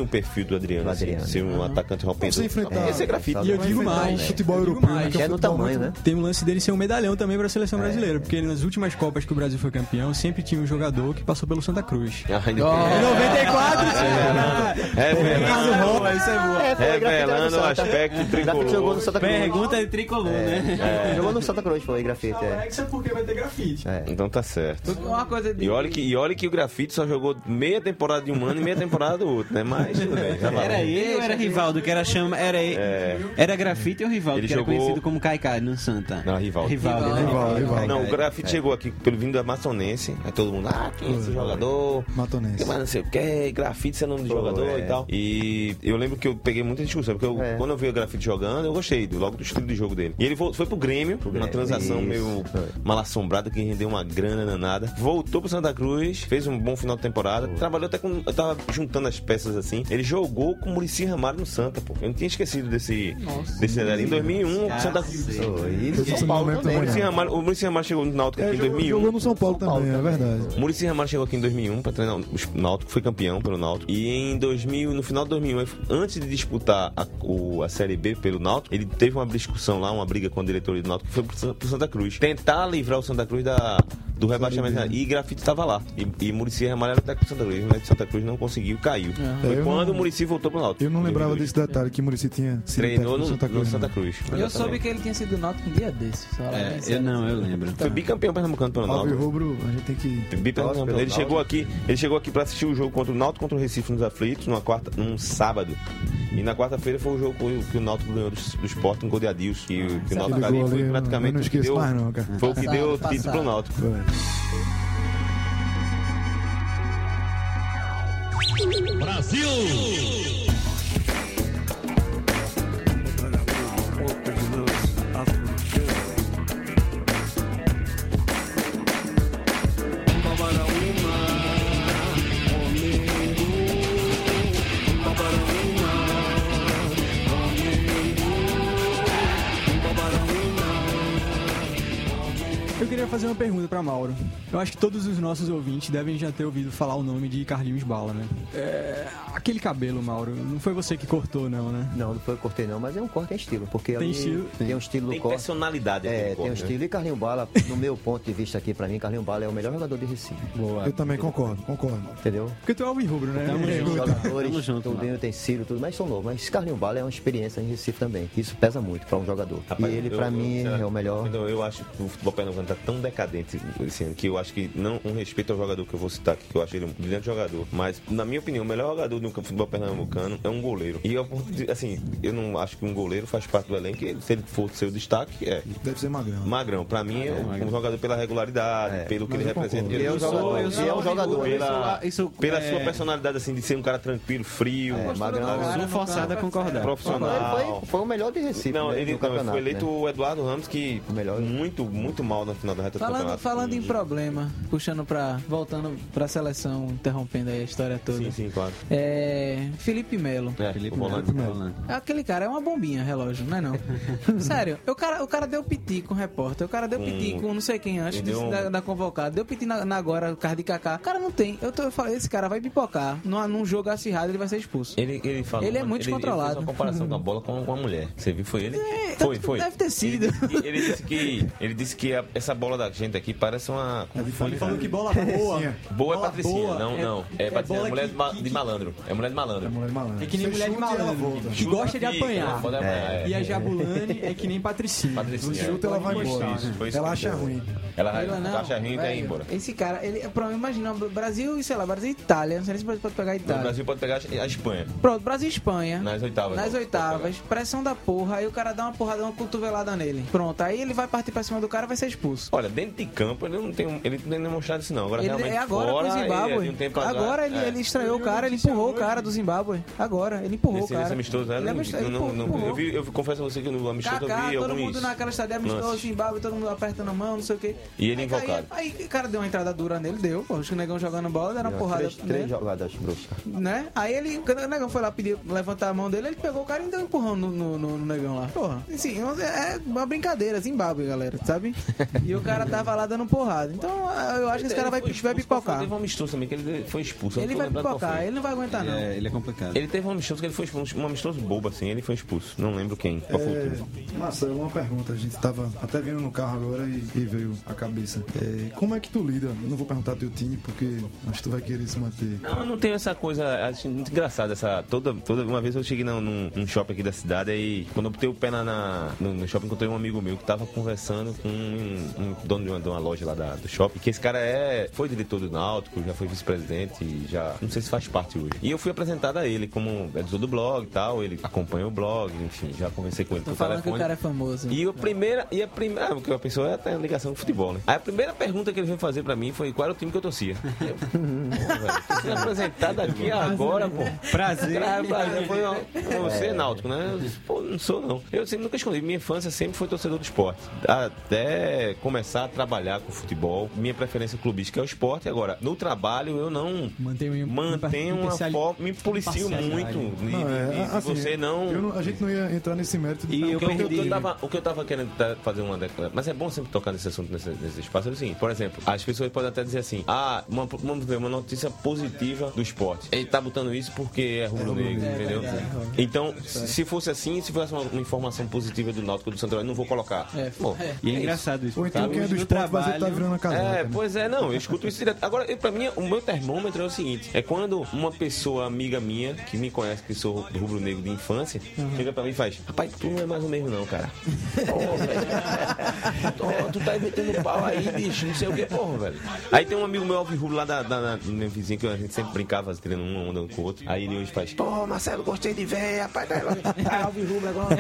do Adriano.
Do
assim,
Adriano.
ser um atacante rompendo.
Você enfrentar-
Esse é grafite.
E eu digo mais.
Futebol
eu digo
europeu,
mais.
né,
É no
futebol
tamanho,
muito-
né?
Tem um lance dele ser um medalhão também pra seleção brasileira, porque nas últimas Copas que o Brasil foi campeão, sempre tinha um jogador que passou pelo Santa Cruz.
Ai,
Em noventa e quatro,
Revelando,
Isso é boa.
É, foi grafiteiro
revelando
do
o
Santa.
aspecto
Grafite jogou
tricolor.
no Santa Cruz.
Pergunta de tricolor, né?
Jogou no Santa Cruz, foi grafite. É.
Alexa, porque vai ter grafite.
É.
Então tá certo.
Uma coisa de...
E olha, que, e olha que o grafite só jogou meia temporada de um ano e meia temporada do outro, né? Mas tudo bem, já valeu.
Era ele ou era Rivaldo, que era chama. Era, era grafite ou Rivaldo,
Ele
que era
jogou-
conhecido como Caicai no Santa?
Não, Rivaldo.
Rivaldo, né?
Rivaldo, Rivaldo.
Não, o grafite chegou aqui pelo vindo da Maçonense. Aí todo mundo, ah, quem é esse jogador?
Matonense.
Mas não sei o que, grafite você é nome de
Pô,
jogador
é.
e tal. E eu lembro que eu peguei muita discussão, porque eu,
É.
quando eu vi o grafite jogando, eu gostei do, logo do estilo de jogo dele. E ele voltou, foi pro Grêmio, uma
Grêmio,
transação
isso.
meio mal assombrada, que rendeu uma grana danada. Voltou pro Santa Cruz, fez um bom final de temporada, trabalhou até com. Eu tava juntando as peças assim. Ele jogou com o Muricy Ramalho no Santa, pô. Eu não tinha esquecido desse. Desse cenário. Em dois mil e um, o Santa Cruz.
E
Eu tô
São Paulo
sentindo
também.
muito
Muricy Ramalho- O Muricy Ramalho chegou no Náutico aqui
É,
em dois mil e um.
jogou no São Paulo também, é verdade.
O Muricy Ramalho chegou aqui em dois mil e um pra treinar o Náutico, foi campeão pelo Náutico. E em dois mil, no final de dois mil e um, antes de disputar a, o, a Série B pelo Náutico, ele teve uma discussão lá, uma briga com a diretoria do Náutico, que foi pro, San- pro Santa Cruz. Tentar livrar o Santa Cruz da, do rebaixamento. E Grafite estava lá. E, e Muricy Ramalho era técnico do Santa Cruz, mas o Santa Cruz não conseguiu, caiu. Foi
É, eu
quando
não-
o Muricy voltou pro Náutico.
Eu não lembrava
dois
desse detalhe que o Muricy tinha sido
Treinou
técnico
no
do
Santa Cruz. No Santa
né?
Cruz.
Eu
Exatamente.
soube que ele tinha sido Náutico um dia desses. Só lá,
É,
né?
eu não, eu lembro.
Foi bicampeão pernambucano pelo
Alves
Náutico.
Rubro, a gente tem que...
Bipernambucano.
Nossa, pelo
Ele chegou aqui, ele chegou aqui para assistir o jogo contra o Náutico contra o Recife nos Aflitos, numa quarta, num sábado. E na quarta-feira foi o jogo que o Náutico ganhou do, do Sport com gol de Adilson, que, o- que o Náutico
Aquele
ali
gol ali,
foi
eu não-
praticamente
eu não
o que
esqueço
deu,
mais não, cara.
foi o que
Passado,
deu o título
passado.
pro Náutico.
Foi.
Eu queria fazer uma pergunta pra Mauro. Eu acho que todos os nossos ouvintes devem já ter ouvido falar o nome de Carlinhos Bala, né? É, aquele cabelo, Mauro, não foi você que cortou, não, né?
Não, não foi eu que cortei não, mas é um corte em estilo. Porque
Tem
ali
estilo?
tem um estilo no
Tem
corte.
personalidade aquele
É, tem um
corte, né?
estilo. E Carlinho Bala, no meu ponto de vista aqui, pra mim, Carlinho Bala é o melhor jogador de Recife.
Eu também concordo, concordo.
Entendeu?
Porque tu é alvirrubro, né?
Tamo
Tem
junto.
jogadores,
Tamo junto,
tudinho, tem Ciro, tudo, mas são novos. Mas Carlinho Bala é uma experiência em Recife também. Isso pesa muito pra um jogador.
Rapaz,
e ele,
eu-
pra
eu-
mim,
sei lá,
é o melhor.
Então, eu acho que o futebol pernambucano tá tão decadente esse ano que eu acho que, não um respeito ao jogador que eu vou citar aqui, que eu acho ele um brilhante jogador, mas, na minha opinião, o melhor jogador do futebol pernambucano é um goleiro. E, eu, assim, eu não acho que um goleiro faz parte do elenco, e se ele for seu destaque, é.
Deve ser magrão.
Magrão, pra mim é um, um jogador pela regularidade, pelo que
Mas
ele
eu
representa.
concordo.
Ele é um
Eu sou-
jogador.
eu
Ele
sou
é um jogador.
Pela,
Isso,
pela
é,
sua personalidade, assim, de ser um cara tranquilo, frio,
É, magrão.
sabe?
Sou forçado a concordar.
Profissional.
Ele foi, foi o melhor de Recife.
Não,
né,
ele,
no
não, ele
campeonato,
foi eleito
né?
o Eduardo Ramos, que
O melhor.
muito, muito mal na final da reta do
Falando,
campeonato.
falando em
E-
problema, puxando pra. Voltando pra seleção, interrompendo aí a história toda.
Sim, sim, claro.
É. Felipe Melo.
É,
Felipe
o volante.
Melo. Volante.
Aquele cara é uma bombinha, relógio, não é não? Sério, o cara, o cara deu piti com o repórter, o cara deu piti
Um-
com não sei quem antes
ele deu
de-
um-
da, da convocada, deu piti na, na agora, o cara de Kaká. O cara não tem. Eu, tô, eu falei, esse cara vai pipocar. Num, num jogo acirrado, ele vai ser expulso.
Ele, ele, falou,
Ele é muito
ele,
descontrolado.
Ele fez uma comparação com a bola com com a mulher. Você viu? Foi ele?
É,
foi,
tanto
foi.
deve ter sido.
Ele disse que, ele disse que, ele disse que a- essa bola da gente aqui parece uma...
Ele falou que bola boa.
Boa é
bola
Patricinha.
boa
não, não. É, Patricinha,
bola
é mulher
que-
de, ma-
que-
de malandro. É mulher de malandro.
Mulher malandro.
É que nem
Você
mulher de
chuta e ela
malandro.
volta.
Que gosta de
Fica,
apanhar.
foda é,
E a Jabulani é que nem Patricinha.
Patricinha.
Você chuta, ela vai embora.
Isso, foi isso
Ela
que
acha
deu.
ruim.
Ela vai
Ela não,
acha ruim e quer ir
velho,
embora.
Esse cara, ele, pronto, imagina, Brasil e sei lá, Brasil e Itália. Não sei nem se pode pode pegar a
O
Itália.
Brasil pode pegar a Espanha.
Pronto, Brasil e Espanha.
Nas oitavas.
Nas
pode
oitavas, pressão da porra, aí o cara dá uma porrada, uma cotovelada nele. Pronto, aí ele vai partir pra cima do cara e vai ser expulso.
Olha, dentro de campo ele não tem, um- ele não tem demonstrado isso não. Agora
Ele
realmente
é agora
fora,
com o
ele,
Zimbábue.
de um tempo atrás,
Agora ele,
é.
ele estranhou o cara, ele empurrou o cara do Zimbábue. Agora, ele empurrou
Nesse,
o cara.
nesse amistoso, né?
Ele
Não-
amistou- ele
não- não-
empurrou.
eu, vi, eu confesso a você que no amistoso
Kaká,
eu vi
todo
alguns
mundo naquela estadia amistou o
lances.
Zimbábue, todo mundo apertando a mão, não sei o quê.
E ele
aí,
invocado.
Aí, aí o cara deu uma entrada dura nele, deu. Pô, acho que o negão jogando bola, deram uma porrada
Três, três
nele.
jogadas bruscas.
Né? Aí ele, quando o negão foi lá pedir, levantar a mão dele, ele pegou o cara e deu um empurrão no, no, no- no negão lá. Porra, assim, é uma brincadeira, Zimbábue, galera, sabe? E o cara tava lá dando porrada. Então eu acho que esse cara vai, vai pipocar.
Teve um amistoso também que ele foi expulso.
Ele vai pipocar, ele não vai aguentar, não.
É, ele é complicado.
Ele teve um amistoso que ele foi expulso, um amistoso bobo assim, ele foi expulso. Não lembro quem. Qual foi o
É,
time?
Marcelo, uma pergunta. A gente tava até vindo no carro agora e, e veio a cabeça. É, como é que tu lida? Eu não vou perguntar teu time porque acho que tu vai querer se manter.
Não, eu não tenho essa coisa, acho muito engraçado essa, toda, toda uma vez eu cheguei num, num, num shopping aqui da cidade e quando eu botei o pé na, na, no, no shopping encontrei um amigo meu que tava conversando com um, um dono de uma, de uma loja lá da, do shopping, que esse cara é, foi diretor do Náutico, já foi vice-presidente e já, não sei se faz parte hoje. E eu fui apresentado a ele como editor do blog e tal, ele acompanha o blog, enfim, já conversei com ele
Tô
por
falando
telefone.
que o cara é famoso.
E a primeira, e a primeira, ah, porque a pessoa tem ligação com futebol, né? Aí a primeira pergunta que ele veio fazer pra mim foi qual era o time que eu torcia. Eu, pô, velho, tô sendo apresentado aqui agora, pô.
Prazer.
Ah, prazer. Foi, ó, você é náutico, né? Eu disse, pô, não sou não. Eu sempre nunca escondi. Minha infância sempre foi torcedor do esporte. Até começar a trabalhar com futebol, minha preferência clubística é o esporte. Agora, no trabalho eu não
Mantenho,
mantenho uma
imparciali-
forma, me policio
imparcialidade.
muito. E,
Não, é,
e- e
assim,
você não.
eu não- A gente não ia entrar nesse mérito de
E eu
O que eu, o que
perdi.
eu tava, o que eu tava querendo tá- fazer uma declaração, mas é bom sempre tocar nesse assunto, nesse, nesse espaço, é o seguinte, por exemplo, as pessoas podem até dizer assim, ah, uma, vamos ver, uma notícia positiva do esporte. Ele tá botando isso porque é rubro-negro, entendeu? Então, se se fosse assim, se fosse uma, uma informação positiva do Náutico do Santo André, eu não vou colocar.
É,
Bom,
é.
E é
isso.
engraçado isso.
Ou então
sabe?
quem é do
No
esporte vai
trabalho-
tá virando a casaca.
É,
né?
pois é, não, eu escuto isso direto. Agora, eu- pra mim, o meu termômetro é o seguinte: é quando uma pessoa amiga minha, que me conhece, que sou rubro-negro de infância, chega pra mim e faz: rapaz, tu não é mais o mesmo, não, cara. Porra, velho. Tu- Tu tá metendo pau aí, bicho, não sei o que, porra, velho. Aí tem um amigo meu, alvirrubro, lá da, da, da do meu vizinho, que a gente sempre brincava, tirando uma onda um com o outro. Aí ele hoje faz: pô, Marcelo, gostei de ver, rapaz, tá, tá alvirrubro agora.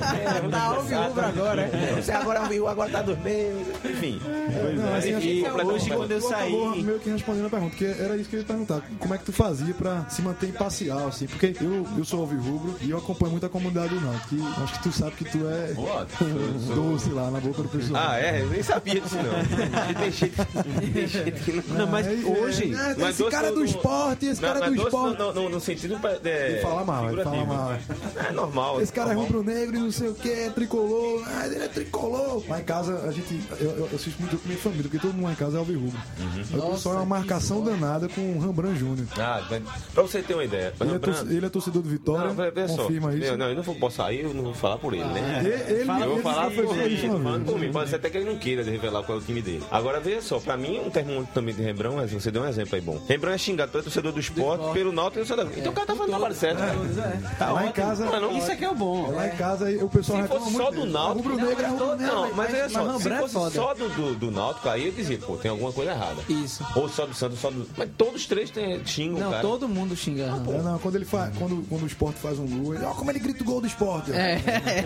Tá alvirrubro agora, é.
Você agora é alvirrubro, agora tá dormindo. Enfim.
Não, assim, acho
E
que
hoje, quando eu
tu acabou
saí.
meio que respondendo a pergunta, porque era isso que eu ia perguntar. Como é que tu fazia pra se manter imparcial, assim? Porque eu, eu sou alvirrubro e eu acompanho muito a comunidade do Náutico. Que acho que tu sabe que tu é
Boa,
um doce lá na boca do pessoal.
Ah, é? Eu nem sabia disso, não. E tem gente, tem gente que não...
Não, mas
É,
hoje.
é,
Mas
esse
doce
cara é do
no-
esporte, esse
Não,
cara é
mas
do
doce
esporte.
No, no, no sentido... É,
Ele fala mal, ele fala
figurativo.
mal.
É normal.
Esse cara é
normal.
rubro-negro e não sei o que, é tricolor, ah, ele é tricolor. Lá em casa, a gente, eu, eu assisto muito com minha família, porque todo mundo lá em casa é alvirrubro. Uhum. O pessoal é uma marcação danada com o Rembrandt Júnior.
Ah, mas pra você ter uma ideia...
Ele é,
Rembrandt-
torce- ele é torcedor do Vitória,
Não, vê- vê só.
confirma isso.
Eu, não, eu não vou, posso sair, eu não vou falar por ele, né?
Ele, ele,
Eu vou
ele
falar
foi
por
foi
mim,
isso
tô
uma
falando
vez.
por mim. Pode ser até que ele não queira revelar qual é o time dele. Agora, veja só, pra mim, um termômetro também de Rembrandt, mas você deu um exemplo aí bom. Rembrandt é xingado pelo torcedor do esporte, pelo Náutico e do Santa Cruz. Então o cara tá fazendo o trabalho certo.
Tá lá em casa,
Mas não-
Isso é que é o bom.
lá em casa aí o pessoal
Se
reclama
fosse
muito
só do
dele.
Náutico...
Rubro-negro é rubro-negro.
Não, mas é só,
mas
se
Rembrandt é
fosse
foda.
só do, do, do Náutico, aí eu dizia, pô, tem alguma coisa errada.
Isso.
Ou só do Santos, só do... Mas todos os três tem, xingam,
Não,
cara.
todo mundo xinga.
É, não, quando ele faz, quando, quando o esporte faz um gol, ele, ó, como ele grita o gol do esporte. ó.
É.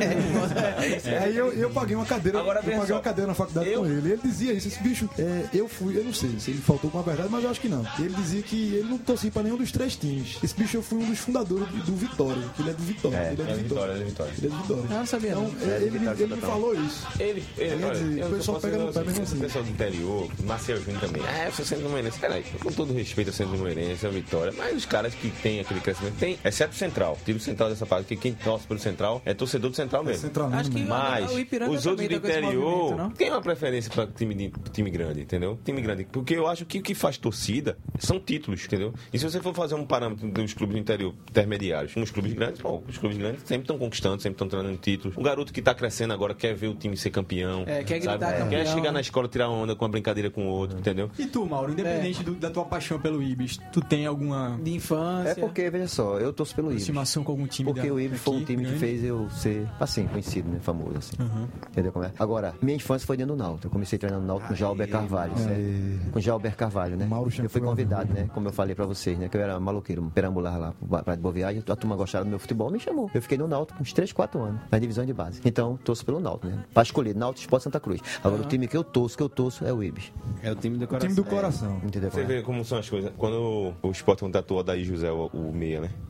Aí eu, eu paguei uma cadeira,
Agora,
eu
veja
paguei
só.
uma cadeira na faculdade
Eu-
com ele. E ele dizia isso, esse bicho, é, eu fui, eu não sei se ele faltou com a verdade, mas eu acho que não. Ele dizia que ele não torcia pra nenhum dos três times. Esse bicho eu fui um dos fundadores do, do Vitória, que ele é do Vitória.
É,
ele é
é
do
de
Vitória.
Vitória, é de Vitória.
Ele é do Vitória.
Eu não sabia,
Então,
não.
é, ele, me-
Vitória,
ele me
Santa
falou isso.
Ele, ele
Quer
olha,
dizer,
eu
o
não
pessoal
posso
pega
dizer
no pé
assim,
mesmo
esse
assim.
pessoal do interior, Marcelo Júnior também. Ah, eu sou centro Moreirense. Peraí, com todo respeito ao centro Moreirense, a Vitória, mas os caras que têm aquele crescimento, tem, exceto o Central. Tira o Central dessa parte, que quem torce pelo Central é torcedor do Central mesmo.
Central
Acho
mesmo,
que
né?
Mas
o Ipiranga
os outros do
também tá com esse
interior
movimento, não?
tem uma preferência pra time, de, time grande, entendeu? Time grande. Porque eu acho que o que faz torcida são títulos, entendeu? E se você for fazer um parâmetro dos clubes do interior intermediários, uns clubes grandes, bom, os clubes grandes sempre estão conquistando, sempre estão trazendo títulos. O garoto que tá crescendo agora quer ver o time ser campeão.
É, quer
sabe?
gritar campeão.
Quer chegar na escola, tirar onda com uma brincadeira com o outro, entendeu?
E tu, Mauro, independente do- da tua paixão pelo Ibis, tu tem alguma
De infância.
É porque, veja só, eu torço pelo Ibis.
aproximação com algum time
Porque
da,
o Ibis foi um
aqui,
time que
grande?
fez eu ser, assim, conhecido, né? Famoso, assim. Entendeu como é? Agora, minha infância foi dentro do Náutico. Eu comecei treinando no Náutico com o Jalber Carvalho, certo? Com o Jalber Carvalho, né?
Mauro
Eu fui
Shampoo.
convidado, né? Como eu falei pra vocês, né? Que eu era maloqueiro, perambular lá pra de Boa Viagem. A turma gostava do meu futebol, me chamou. Eu fiquei no Náutico uns três, quatro anos, na divisão de base. Então, torço pelo Náutico, né? Pra escolher Náutico, Sport Santa Cruz. Agora, o time que eu torço, que eu torço, é o Ibis.
É o time do coração.
Time do coração.
Entendeu
Você
como é?
vê como são as coisas. Quando o Sport contratou o Adair José, o, o meia, né?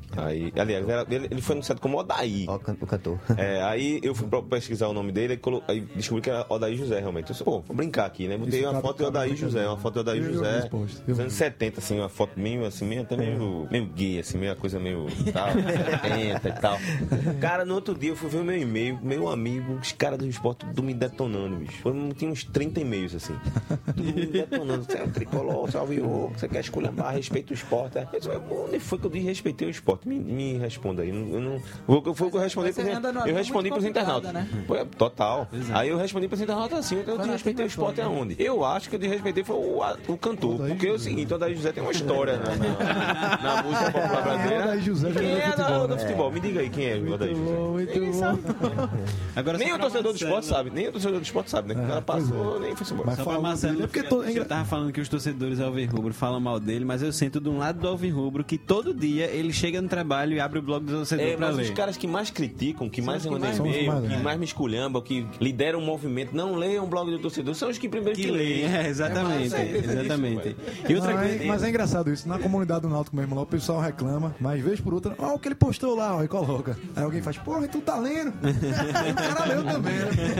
Aí, aliás, era- ele, ele foi anunciado como Odaí.
Ó, can- o cantor.
É, aí eu fui pra pesquisar o nome dele e colo... aí descobri que era Odaí José, realmente. Eu disse, pô, vou brincar aqui, né? Botei
Isso,
uma
cabe-
foto de
cabe
Odaí
brincadeira.
José, uma foto de Odaí
Eu- eu vi
José.
esse post, eu
Dos
vi.
anos setenta, assim, uma foto meio, assim, meio, até meio, meio gay, assim, meio coisa meio tal, setenta e tal. Cara, no outro dia eu fui ver o meu e-mail, meu amigo, os caras do esporte tudo me detonando, bicho. Foi, tinha uns trinta e-mails, assim. Tudo me detonando. Você é um tricolor, salve o você quer esculhambar, respeita o esporte. Eu disse, onde foi que eu desrespeitei o esporte? Me, me responda aí. Eu não, eu não, foi, foi o que eu respondi
Você
pros,
anda numa
eu
linha
respondi
muito
pros
complicada,
internautas.
né?
Foi, total. Aí eu respondi pros internautas assim, eu desrespeitei o esporte aonde? Eu acho que eu desrespeitei foi o, a- o cantor.
Odaí
Porque é o
José.
seguinte, o Odaí José tem uma história na, na, na música popular brasileira.
Odaí José
Quem
jogador
é
de futebol,
do
né?
futebol? Me diga aí quem é o Odaí José.
Muito bom.
Agora,
Nem
só
o
pra
torcedor do
Marcelo-
esporte sabe, nem o torcedor do esporte sabe, né? O cara
pois
passou,
é.
nem foi embora.
Mas
Só pra
fala
Marcelo,
dele, é porque todo- é engra-
eu tava falando que os torcedores alvirrubro falam mal dele, mas eu sinto de um lado do alvirrubro que todo dia ele chega no trabalho e abre o blog do torcedor
É,
pra
mas
ler.
os caras que mais criticam, que mais
os que
mandam
mais- são os
e-mail,
mais,
que
né?
mais me esculhambam, que lideram o movimento, não leiam o blog do torcedor, são os que primeiro que,
Que lê, é, exatamente,
É, mas é
exatamente.
isso,
E outra
Não, é-
coisa,
mas é engraçado isso. Na comunidade do Náutico mesmo, lá o pessoal reclama, mas vez por outra, ó, o que ele postou lá, ó, e coloca. Aí alguém faz, porra, tu tá lendo? o cara leu também,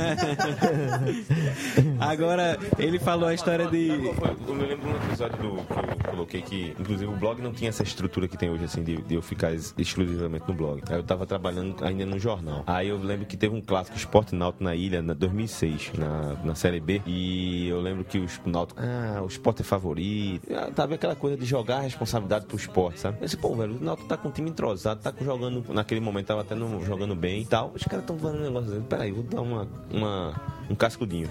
né?
agora ele falou a história de...
Eu me lembro de um episódio do, que eu coloquei que, inclusive, o blog não tinha essa estrutura que tem hoje, assim, de, de eu ficar ex- exclusivamente no blog. Aí eu tava trabalhando ainda no jornal. Aí eu lembro que teve um clássico Esporte Náutico na Ilha, na dois mil e seis, na, na Série B. E eu lembro que o Náutico, ah, o esporte é favorito. Ah, tava aquela coisa de jogar a responsabilidade pro esporte, sabe? Eu disse, pô, velho, o Náutico tá com um time entrosado, tá jogando, naquele momento tava até no, jogando bem e tal. Os caras tão falando um negócio assim, peraí, vou dar uma, uma, um cascudinho.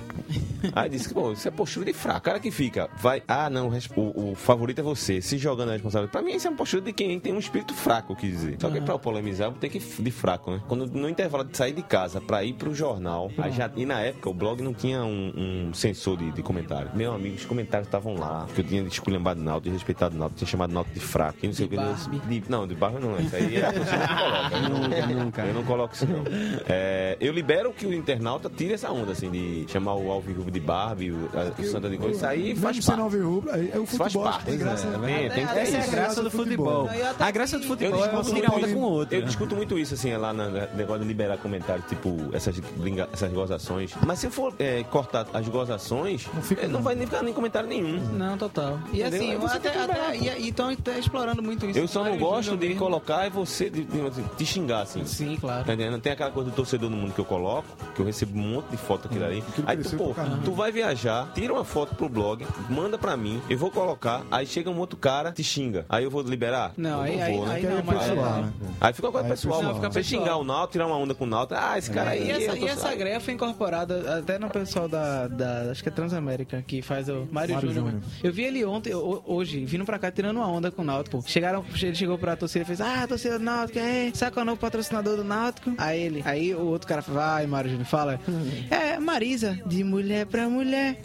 Aí disse que, pô, isso é postura de fraco. O cara que fica, vai, ah, não, o, res- o- o favorito é você, se jogando a responsabilidade. Pra mim, isso é uma postura de quem tem um espírito fraco, eu quis dizer. Só que pra eu polemizar, eu vou ter que ir de fraco, né? Quando no intervalo de sair de casa pra ir pro jornal, aí já, e na época o blog não tinha um, um sensor de, de comentário. Meu amigo, os comentários estavam lá, que eu tinha esculhambado Náutico, de respeitado Náutico, tinha chamado Náutico de fraco, e não sei o que. De, não, de barba não, isso aí é a pessoa que coloca. Eu não-
Nunca.
Eu não coloco isso, não. É, eu libero que o internauta tire essa onda, assim, de chamar o Alvirrubro de Barbie, o, a, o Santa de Coisa. Isso aí faz
Mesmo sendo
parte.
alvirrubro, aí é o
Faz
futebol.
parte.
Tem graça,
É,
né?
Tem, tem que ter
Essa é a
isso.
graça do futebol. A graça do futebol é você tirar onda com o outro.
Eu discuto muito isso, assim, lá no negócio de liberar comentários, tipo, essas, bringa- essas gozações. Mas se eu for é, cortar as gozações, não,
fica,
não
não.
vai nem ficar nem comentário nenhum.
Não, total. E
Entendeu?
assim,
Aí você
até,
tem que
até,
liberar,
e estão explorando muito isso.
Eu só não
Vários
gosto
vídeos
de
mesmo.
colocar e você de, de, de te xingar, assim.
Sim, claro.
Tá entendendo? Tem aquela coisa do torcedor no mundo que eu coloco, que eu recebo um monte de foto aquilo ali. Aí tu,
cresceu
pô,
pra caramba.
tu vai viajar, tira uma foto pro blog, manda pra mim, eu vou colocar, aí chega um outro cara, te xinga. Aí eu vou liberar?
Não,
Eu
aí, aí,
vou, né?
aí
Que aí
não,
é
mas
pessoal,
é-
né?
Aí fica uma coisa
Aí é
pessoal.
pessoal.
Você
Fica pessoal.
xingar o Náutico, tirar uma onda com o Náutico. Ah, esse cara aí.
E essa,
eu tô-
e essa greia foi incorporada até no pessoal da, da acho que é Transamérica, que faz o Mário,
Mário
Júnior.
Júnior.
Eu vi ele ontem, ho- hoje, vindo pra cá, tirando uma onda com o Náutico. Pô. Chegaram, ele chegou pra torcida e fez, ah, torcida do Náutico, é, sabe qual é o novo patrocinador do Náutico? Aí ele, aí o outro cara vai, Mário Júnior, fala, é, Marisa, de mulher pra mulher,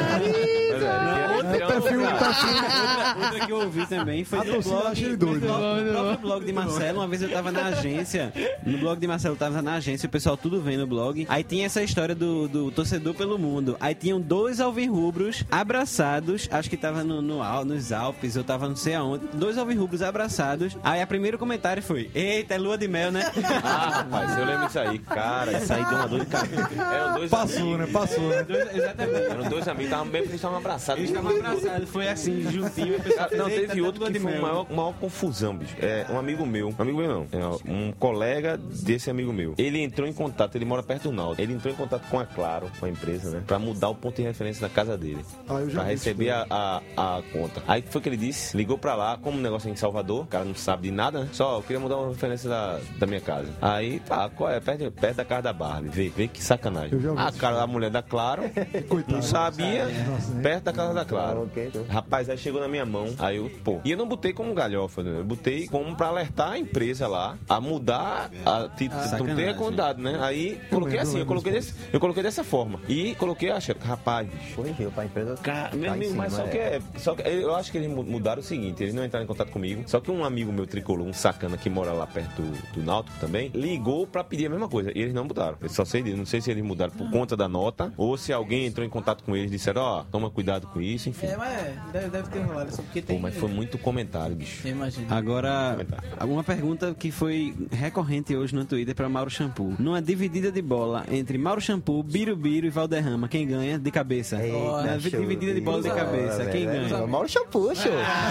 Marisa.
Outra,
perfil,
Outra, outra que eu ouvi também foi
A
do
torcida
blog,
acha ele
do
doido.
blog- do próprio blog de Marcelo. Uma vez eu tava na agência, no blog de Marcelo eu tava na agência, o pessoal tudo vendo o blog. Aí tinha essa história do, do torcedor pelo mundo. Aí tinham dois alvirrubros abraçados, acho que tava no, no, Al- nos Alpes, eu tava não sei aonde. Dois alvirrubros abraçados. Aí o primeiro comentário foi: eita, é lua de mel, né?
Ah, rapaz, eu lembro disso aí. Cara, isso aí deu uma dor de cabeça. Eram dois
Passou,
amigos.
né? Passou, né?
Dois- exatamente.
Eram dois amigos, estavam bem, eles estavam abraçados.
Eles estavam abraçados, foi assim, juntinho. O pessoal fez,
Não,
"Eita,
teve
tá
outro
lua
que
de
foi
mel."
uma maior, maior confusão, bicho. É um amigo meu, um amigo meu não, é um colega desse amigo meu. Ele entrou em contato, ele mora perto do Náutico. Ele entrou em contato com a Claro, com a empresa, né? Pra mudar o ponto de referência da casa dele.
Ah, eu já
Pra
vi isso,
receber a, a, a conta. Aí o que foi que ele disse? Ligou pra lá, como o negócio é em Salvador, o cara não sabe de nada, né? Só, eu queria mudar uma referência da, da minha casa. Aí, tá, qual é? Perto, perto da casa da Barbie. Vê, vê que sacanagem.
Eu já vi
A
isso.
cara da mulher da Claro,
Coitado.
não sabia,
Nossa, né?
perto da casa da Claro.
Ok.
Rapaz, aí chegou na minha mão, aí eu, pô. E eu não botei como galhofa, né? Eu botei como pra alertar a empresa lá a mudar, a te- não ter
sacanagem.
a quantidade, né? Aí coloquei assim, eu coloquei, desse, eu coloquei dessa forma. E coloquei, acha, rapaz, bicho.
Corrigiu pra empresa.
Cara,
tá
meu
em
amigo,
cima,
mas só
é.
que é. Só que eu acho que eles mu- mudaram o seguinte: eles não entraram em contato comigo. Só que um amigo meu tricolor, um sacana que mora lá perto do, do Náutico também, ligou pra pedir a mesma coisa. E eles não mudaram. Eu só sei disso. Não sei se eles mudaram por conta da nota ou se alguém alguém entrou em contato com eles, disseram, ó, oh, toma cuidado com isso, enfim.
É, mas deve, deve ter rolado, só porque tem...
Pô, mas foi muito comentário, bicho.
Eu imagino.
Agora, uma pergunta que foi recorrente hoje no Twitter para Mauro Shampoo. Numa dividida de bola entre Mauro Shampoo, Birubiru e Valderrama, quem ganha de cabeça? Na dividida de bola de cabeça, quem ganha?
Mauro Shampoo, show.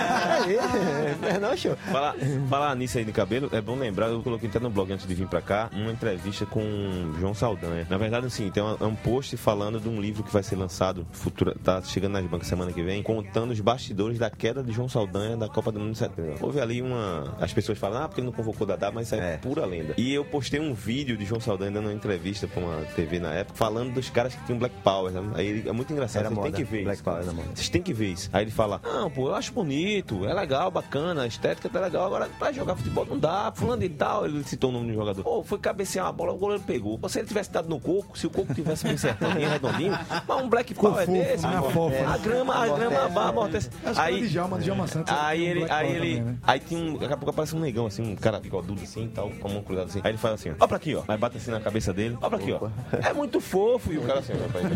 É, não, show.
Falar, falar nisso aí de cabelo, é bom lembrar, eu coloquei até no blog antes de vir pra cá, uma entrevista com o João Saldanha. Na verdade, assim, tem uma, é um post falando de um livro que vai ser lançado, futura, tá chegando nas bancas semana que vem, contando os bastidores da queda de João Saldanha da Copa do Mundo de setenta. Houve ali uma... As pessoas falam, ah, porque ele não convocou Dadá, mas isso é, é pura lenda. E eu postei um vídeo de João Saldanha dando uma entrevista pra uma T V na época, falando dos caras que tinham Black Power. Né? Aí ele, é muito engraçado,
era
vocês
moda.
têm que ver
Black
isso.
Power, moda.
Vocês têm que ver isso. Aí ele fala, não, pô, eu acho bonito, é legal, bacana, a estética tá legal, agora pra jogar futebol não dá, fulano e tal, ele citou o nome do jogador. Pô, foi cabecear uma bola, o goleiro pegou. Pô, se ele tivesse dado no coco, se o coco tivesse bem certinho, redondinho, mas um Black Power é desse,
é,
a grama, a grama amortece.
Aí, de Djalma, de Djalma Santos,
aí ele, aí ele,
também, né?
aí tinha um, daqui a pouco aparece um negão assim, um cara bigodudo assim e tal, com a mão cruzada assim. Aí ele faz assim, ó, ó pra aqui, ó, mas bate assim na cabeça dele, ó pra aqui, ó. É muito fofo, e o cara assim, ó, rapaz.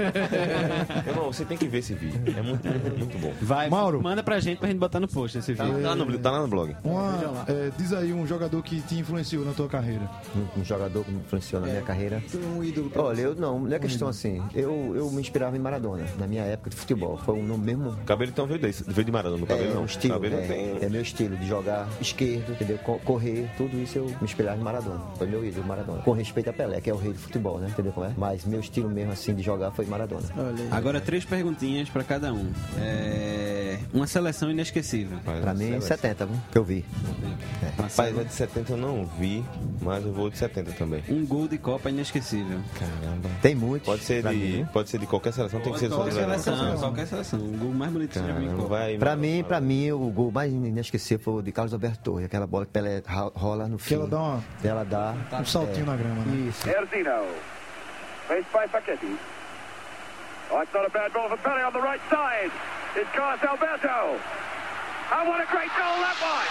Irmão, você tem que ver esse vídeo, é muito, muito bom.
Vai,
Mauro,
manda pra gente pra gente botar no post esse vídeo.
Tá lá no, tá lá no blog.
Uma, é, diz aí um jogador que te influenciou na tua carreira.
Um, um jogador que me influenciou na minha carreira.
Um ídolo pra
Olha, eu não, não é questão assim. Eu, eu me inspirava em Maradona, na minha época de futebol. Foi no mesmo.
O cabelo então veio, desse, veio de Maradona, no cabelo
É,
não.
um estilo,
cabelo
é,
tem...
é meu estilo de jogar esquerdo, entendeu? Co- Correr, tudo isso eu me inspirava em Maradona. Foi meu ídolo, Maradona. Com respeito a Pelé, que é o rei do futebol, né? Entendeu como é? Mas meu estilo mesmo assim de jogar foi Maradona.
Agora três perguntinhas pra cada um. É... Uma seleção inesquecível.
Pra mim, setenta, viu? Que eu vi.
Rapaz, vai de setenta eu não vi, mas eu vou de setenta também.
Um gol de Copa inesquecível.
Caramba.
Tem muitos.
Pode ser
pra
de,
mim.
pode ser de qualquer seleção, tem que ser
Qualquer
só de
seleção, qualquer seleção. O gol mais bonito que você já viu em
Caramba,
Copa.
vai.
Pra mim, pra mim, o gol mais inesquecível foi o de Carlos Alberto Torres, aquela bola que Pelé ro- rola no fim.
Que ela dá uma-
Ela dá
um saltinho na grama, né?
isso.
Erzino, faced by Facchetti. Oh, it's not a bad ball for Pele on the right side. It's Carlos Alberto. And what a great goal that was!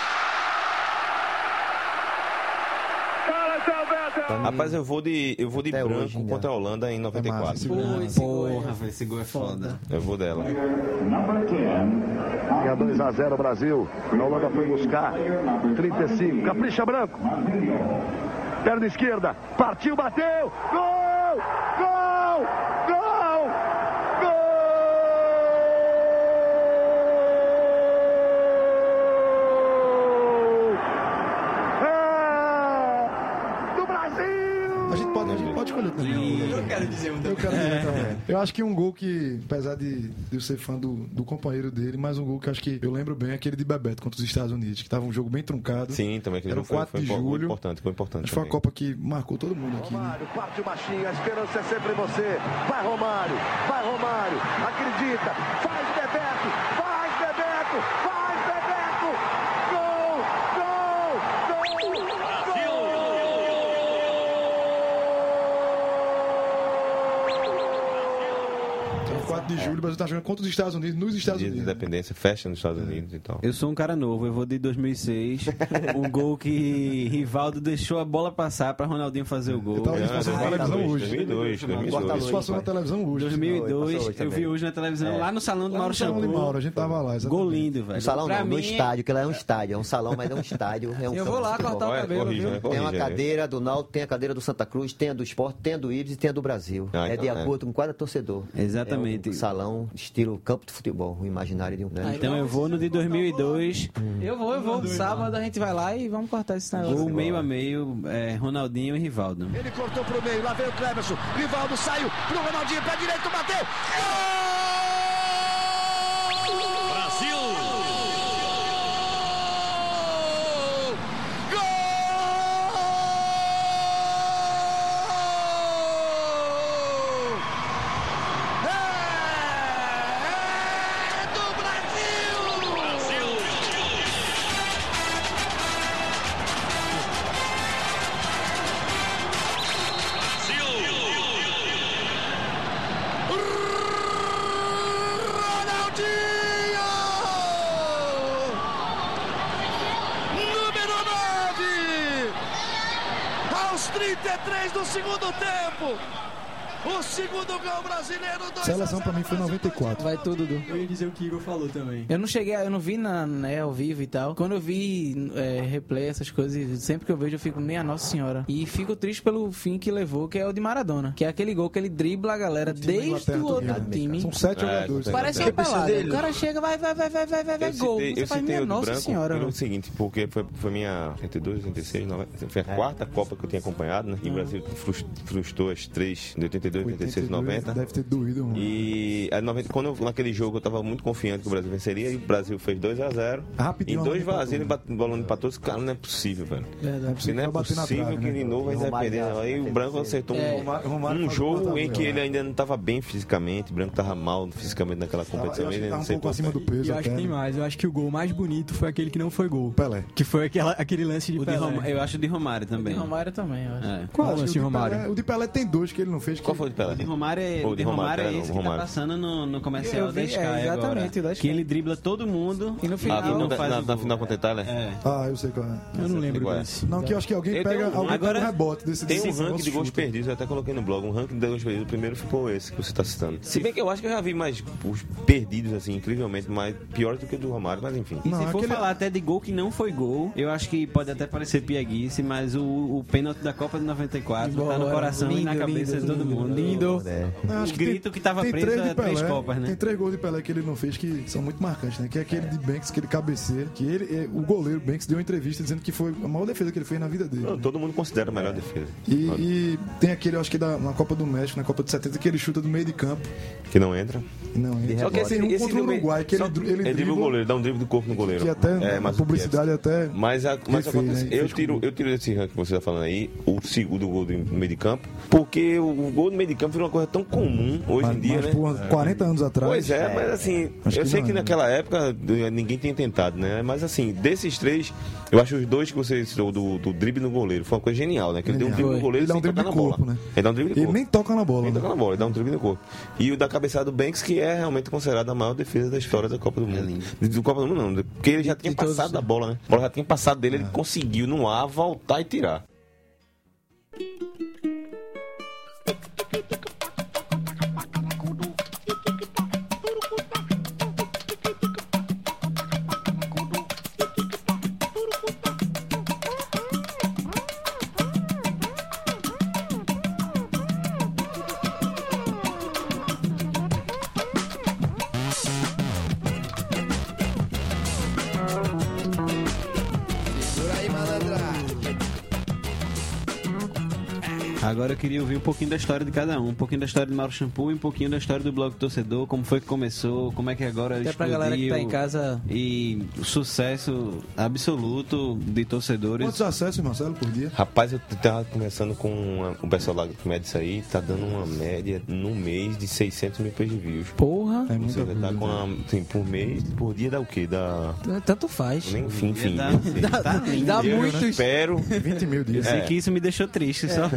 Carlos Alberto.
Rapaz, eu vou de, eu vou de
Até
branco
hoje, ainda.
contra a Holanda em noventa e
É massa,
quatro.
esse gol.
esse gol
Porra, velho, esse gol é foda.
Eu vou dela.
Tinha dois a zero Brasil. A Holanda foi buscar. trinta e cinco. Capricha Branco. Perna esquerda. Partiu, bateu. Gol! Gol! Gol! Gol! É! Do Brasil!
A gente pode, a gente pode escolher também.
Eu quero dizer um
Eu quero dizer também. Eu acho que um gol que, apesar de, de eu ser fã do, do companheiro dele, mas um gol que acho que eu lembro bem é aquele de Bebeto contra os Estados Unidos, que tava um jogo bem truncado.
Sim, também aquele
Era o
jogo foi,
quatro
foi,
de
foi
julho.
importante, foi importante.
Acho que foi a
também.
Copa que marcou todo mundo aqui. Né?
Romário, parte o baixinho, a esperança é sempre você. Vai, Romário, vai, Romário, acredita, faz Bebeto, faz Bebeto, faz Bebeto, gol, gol, gol,
Era o quatro de julho, o Brasil tá jogando contra os Estados Unidos, nos Estados
Dia de
Unidos.
independência, fecha nos Estados Unidos e tal.
Eu sou um cara novo, eu vou de dois mil e seis. Um gol que Rivaldo deixou a bola passar pra Ronaldinho fazer o gol.
Eu tava- Isso passou na televisão hoje.
dois mil e dois, dois mil e dois.
Isso passou na televisão hoje.
dois mil e dois,
Passou hoje
eu vi
também.
hoje na televisão, lá no salão do
Lá
Mauro
no salão de
Shampoo.
Mauro, a gente tava lá, exatamente.
Gol lindo, velho.
No salão
Pra
não, no
mim,
estádio, que lá é um estádio. É um salão, mas é um estádio. É um
Eu
campo
vou lá
de futebol.
cortar o
Olha,
cabelo,
corrija,
viu?
né?
Tem uma
Corrija, né?
cadeira do Náutico, tem a cadeira do Santa Cruz, tem a do Sport, tem a do Ibis e tem a do Brasil.
Ah,
é
então
de
é.
acordo com cada torcedor.
Exatamente.
É um salão, estilo campo de futebol, o imaginário de um grande.
Então eu vou no de dois mil e dois,
Eu vou, eu vou. Sábado a gente vai lá e vamos cortar esse negócio.
gol meio a meio, é, Ronaldinho e Rivaldo.
Ele cortou pro meio, lá veio o Cleverson, Rivaldo saiu pro Ronaldinho, pé direito, bateu, gol! Brasil! Gol! É do Brasil! Brasil! Ronaldinho! Número nove! Aos trinta e três do segundo tempo! O segundo gol brasileiro.
Seleção pra mim foi noventa e quatro.
Vai tudo, Dudu.
Eu ia dizer o que o Igor falou também.
Eu não cheguei, eu não vi na, né, ao vivo e tal. Quando eu vi é, replay, essas coisas, sempre que eu vejo eu fico, minha Nossa Senhora. E fico triste pelo fim que levou, que é o de Maradona. Que é aquele gol que ele dribla a galera desde o outro time.
São sete
É,
jogadores.
Parece
Eu
uma
preciso
pelada.
dele.
O cara chega, vai, vai, vai, vai, vai, vai, vai,
Eu
gol.
citei,
Você
eu
faz,
citei
minha
o do
Nossa
branco
Senhora.
pelo
mano.
seguinte, porque foi, foi minha oitenta e dois, oitenta e seis, noventa, foi a quarta Copa que eu tinha acompanhado, né? E o Brasil frus- frustrou as três, de oitenta e dois, oitenta e seis e noventa.
Deve ter doído, mano.
E a noventa, quando eu, naquele jogo eu tava muito confiante que o Brasil venceria e o Brasil fez dois a zero.
Rapidinho,
Em dois
empatou,
vazios, ele
né?
bate- o balão empatou. Esse cara não é possível, velho.
Verdade.
Se não é
vai bater na
possível
trave,
que
né?
de novo vai se
Romário
perder.
já,
Aí o
já
Branco
fez
acertou
É.
um,
Romário- Romário
um
faz o
jogo
contra-gol,
em que ele
né?
ainda não tava bem fisicamente. O Branco tava mal fisicamente naquela
Eu
competição.
acho que
Ele
tá
não
um
sei
pouco acima do
E
peso
eu acho
até.
que tem
né?
mais. Eu acho que o gol mais bonito foi aquele que não foi gol.
Pelé.
Que foi aquela, aquele lance de
O de
Pelé.
Roma- eu acho o de Romário também.
E Romário também, eu acho.
É.
Qual o
Acho
lance
que
de
o de
Romário?
Pelé- O de Pelé tem dois que ele não fez. Que
Qual foi o de Pelé?
O de Romário é,
Pô,
o de Romário é
Pelé,
esse
não,
que tá
Romário.
passando no, no comercial
Eu
da
vi,
Sky
é,
agora.
exatamente, o da Sky.
Que ele dribla todo mundo
E no final-
e não
na,
faz
na,
o
na
gol.
final contra a Itália?
É.
Ah, eu sei qual é.
Eu não lembro
Igual é.
desse.
Não, que eu acho que alguém
Eu
pega,
tenho um-
alguém
agora-
pega um rebote desse
Tem um
desse
ranking
negócio
de gols
chuta.
perdidos, eu até coloquei no blog, um ranking de gols perdidos. O primeiro ficou esse que você tá citando. Se bem que eu acho que eu já vi mais os perdidos, assim, incrivelmente, mais piores do que o do Romário, mas enfim.
E
Não,
se for
aquele-
falar até de gol que não foi gol, eu acho que pode até parecer pieguice, mas o, o pênalti da Copa de noventa e quatro tá no
Bora.
coração e na
Lindo,
cabeça
lindo,
de todo
lindo.
mundo.
Lindo.
É.
Não,
O
acho que
grito que tava
tem
preso
três de
a três
Pelé,
Copas, né?
Tem três gols de Pelé que ele não fez que são muito marcantes, né? Que é aquele de Banks que ele cabeceia. Que ele, é, o goleiro Banks deu uma entrevista dizendo que foi a maior defesa que ele fez na vida dele.
Não, todo mundo considera a melhor defesa.
E, e tem aquele, eu acho que da, na Copa do México, na Copa de setenta, que ele chuta do meio de campo.
Que não entra.
E não entra.
Só que
tem um contra o
do meio-
Uruguai, que ele,
só-
dri- ele
ele dribla o
dribla,
goleiro, dá um drible do corpo no goleiro.
que até
é,
na
mas o
publicidade até...
Mas, a, mas
Ele fez,
acontece,
né? Ele
eu,
fez com
tiro,
gol.
eu tiro desse ranking que você está falando aí, o segundo gol do meio de campo, porque o, o gol do meio de campo virou uma coisa tão comum hoje
Mas,
em dia,
mas,
né?
porra, quarenta anos atrás.
Pois é, mas assim,
Acho
eu
que
sei
não
que
é, né?
naquela época eh, ninguém tinha tentado, né? Mas assim, desses três, eu acho os dois que você citou do, do drible no goleiro, foi uma coisa genial, né? Que ele deu um
Genial.
drible no goleiro
Ele dá um
sem
drible
tocar
de
na bola.
corpo, né?
Ele dá um drible de
Ele
corpo.
nem toca na bola.
Ele
né?
toca na bola, ele dá um drible no corpo. E o da cabeçada do Banks, que é realmente considerado a maior defesa da história da Copa do Mundo. do Copa do Mundo não, porque ele já tinha
de todos,
passado
né?
da bola, né? A bola já tinha passado dele, ele conseguiu no ar voltar e tirar.
Agora eu queria ouvir um pouquinho da história de cada um. Um pouquinho da história de Mauro Shampoo e um pouquinho da história do Blog do Torcedor. Como foi que começou, como é que agora
Até pra
explodiu.
galera que tá em casa.
E o sucesso absoluto de torcedores.
Quantos acessos, Marcelo, por dia?
Rapaz, eu tava conversando com uma- o pessoal lá que mede isso aí, tá dando uma média no mês de seiscentos mil page views.
Porra,
É
Ou
muita
seja, tá
coisa.
com a, assim, por mês, por dia dá o quê? Dá.
tanto faz.
Nem, enfim, enfim.
Dá-
não sei.
Dá, dá
eu
muitos.
espero.
vinte mil
Eu
dias.
sei
É.
que isso me deixou triste, só.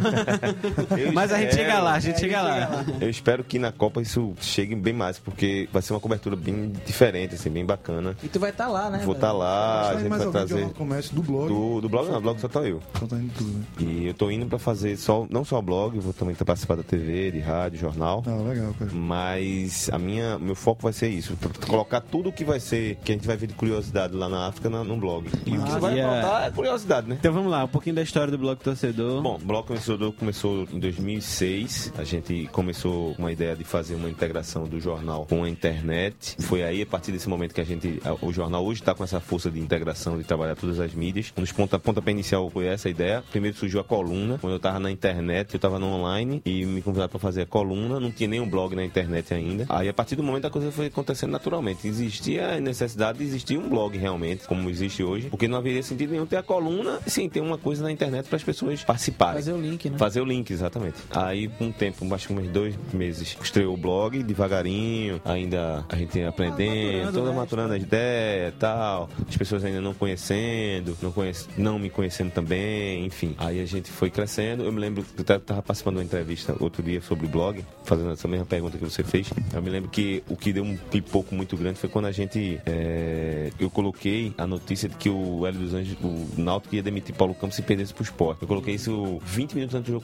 eu
Mas a gente
espero-
chega lá, a gente chega lá.
Eu espero que na Copa isso chegue bem mais, porque vai ser uma cobertura bem diferente, assim, bem bacana.
E tu vai estar lá, né?
Vou estar lá, a
Sai
gente
mais
vai
alguém do
trazer.
Jornal do Comércio, do blog.
Do, do blog não, do blog só tá eu.
Só tá indo tudo, né?
E eu tô indo pra fazer só, não só o blog, vou também tá participar da T V, de rádio, jornal.
Ah, legal, cara.
Mas a minha, meu foco vai ser isso, pra colocar tudo que vai ser, que a gente vai ver de curiosidade lá na África na- no blog. E o que vai
e a-
faltar é curiosidade, né?
Então vamos lá, um pouquinho da história do Blog Torcedor.
Bom, o Bloco Torcedor começou em dois mil e seis. A gente começou com a ideia de fazer uma integração do jornal com a internet. Foi aí, a partir desse momento, que a gente... a- O jornal hoje está com essa força de integração, de trabalhar todas as mídias. Nos ponta, pontapé inicial foi essa a ideia. Primeiro surgiu a coluna. Quando eu estava na internet, eu estava no online e me convidaram para fazer a coluna. Não tinha nenhum blog na internet ainda. Aí, a partir do momento, a coisa foi acontecendo naturalmente. Existia a necessidade de existir um blog, realmente, como existe hoje. Porque não haveria sentido nenhum ter a coluna sem ter uma coisa na internet para as pessoas participarem.
Fazer o link, né?
Fazer o link, exatamente. Aí, com um tempo, acho que uns dois meses, estreou o blog, devagarinho, ainda a gente aprendendo,
maturando,
toda
né?
maturando as ideias e tal, as pessoas ainda não conhecendo, não, conhece, não me conhecendo também, enfim. Aí a gente foi crescendo. Eu me lembro que eu estava participando de uma entrevista outro dia sobre o blog, fazendo essa mesma pergunta que você fez. Eu me lembro que o que deu um pipoco muito grande foi quando a gente, é, eu coloquei a notícia de que o Hélio dos Anjos, o Náutico ia demitir Paulo Campos se perdesse pro Sport. Eu coloquei isso vinte minutos antes do jogo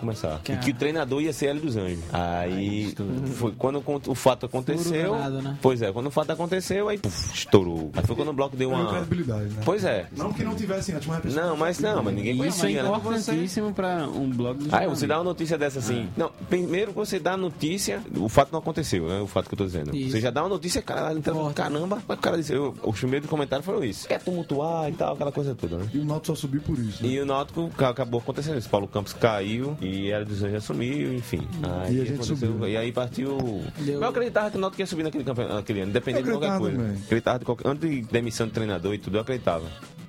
começar.
Cara.
E que o treinador ia ser Hélio dos Anjos. Aí, foi quando o fato aconteceu...
danado, né?
Pois é, quando o fato aconteceu, aí puf, estourou. Aí foi quando o bloco deu
Ganhou
uma...
credibilidade, né?
Pois é.
Não que não tivesse antes, mas a pessoa...
Não, mas não, mas ninguém
Isso é
conhecia, né?
importantíssimo pra um blog de
Aí você dá uma notícia dessa assim. Não, primeiro que você dá a notícia, o fato não aconteceu, né? O fato que eu tô dizendo.
Isso.
Você já dá uma notícia, cara, então, caramba, mas o cara disse, eu, os primeiros comentários foram isso. Quer tumultuar e tal, aquela coisa toda, né?
E o Náutico só subiu por isso. Né?
E o Náutico ca- acabou acontecendo isso. Paulo Campos caiu e Hélio dos Anjos assumiu, enfim. Aí
E a gente
aconteceu-
subiu.
E aí partiu.
Deu-
Mas eu acreditava que o Náutico ia subir naquele campeonato naquele ano, independente de
Eu
qualquer
acreditava
coisa.
também.
Acreditava de qualquer... Antes de demissão de treinador e tudo, eu acreditava.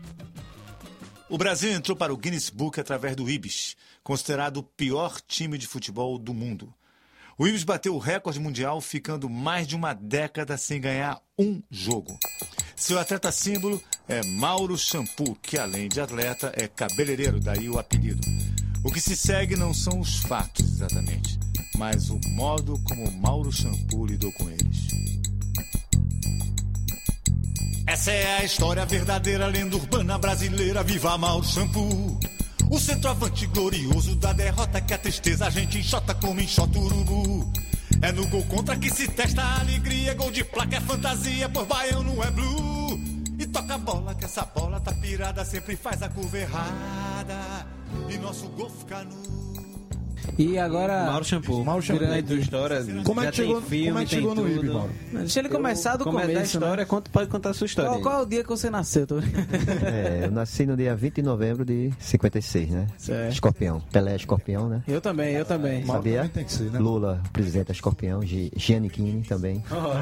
O Brasil entrou para o Guinness Book através do Ibis, considerado o pior time de futebol do mundo. O Ibis bateu o recorde mundial, ficando mais de uma década sem ganhar um jogo. Seu atleta símbolo é Mauro Shampoo, que além de atleta é cabeleireiro, daí o apelido. O que se segue não são os fatos exatamente, mas o modo como Mauro Shampoo lidou com eles. Essa é a história verdadeira, lenda urbana brasileira, viva Mauro Shampoo. O centroavante glorioso da derrota que a tristeza a gente enxota como enxota urubu. É no gol contra que se testa a alegria, gol de placa é fantasia, por baião não é blue. E toca a bola que essa bola tá pirada, sempre faz a curva errada e nosso gol fica nu.
E agora...
Mauro Shampoo.
Mauro Shampoo.
Virando aí tua história.
Como é
já
que
tem
chegou,
filme,
como é que
tem
chegou no
tudo.
I B, Mauro?
Deixa ele começar do
Começa
começo,
a história,
né?
conta, pode contar a sua história.
Qual,
aí.
qual é o dia que você nasceu? Tô...
É, eu nasci no dia vinte de novembro de cinquenta e seis, né?
Certo.
Escorpião. Pelé é escorpião, né?
Eu também, eu também.
Mauro
Sabia?
também tem que ser, né?
Lula, presidente é escorpião. Gi- Giannichini também.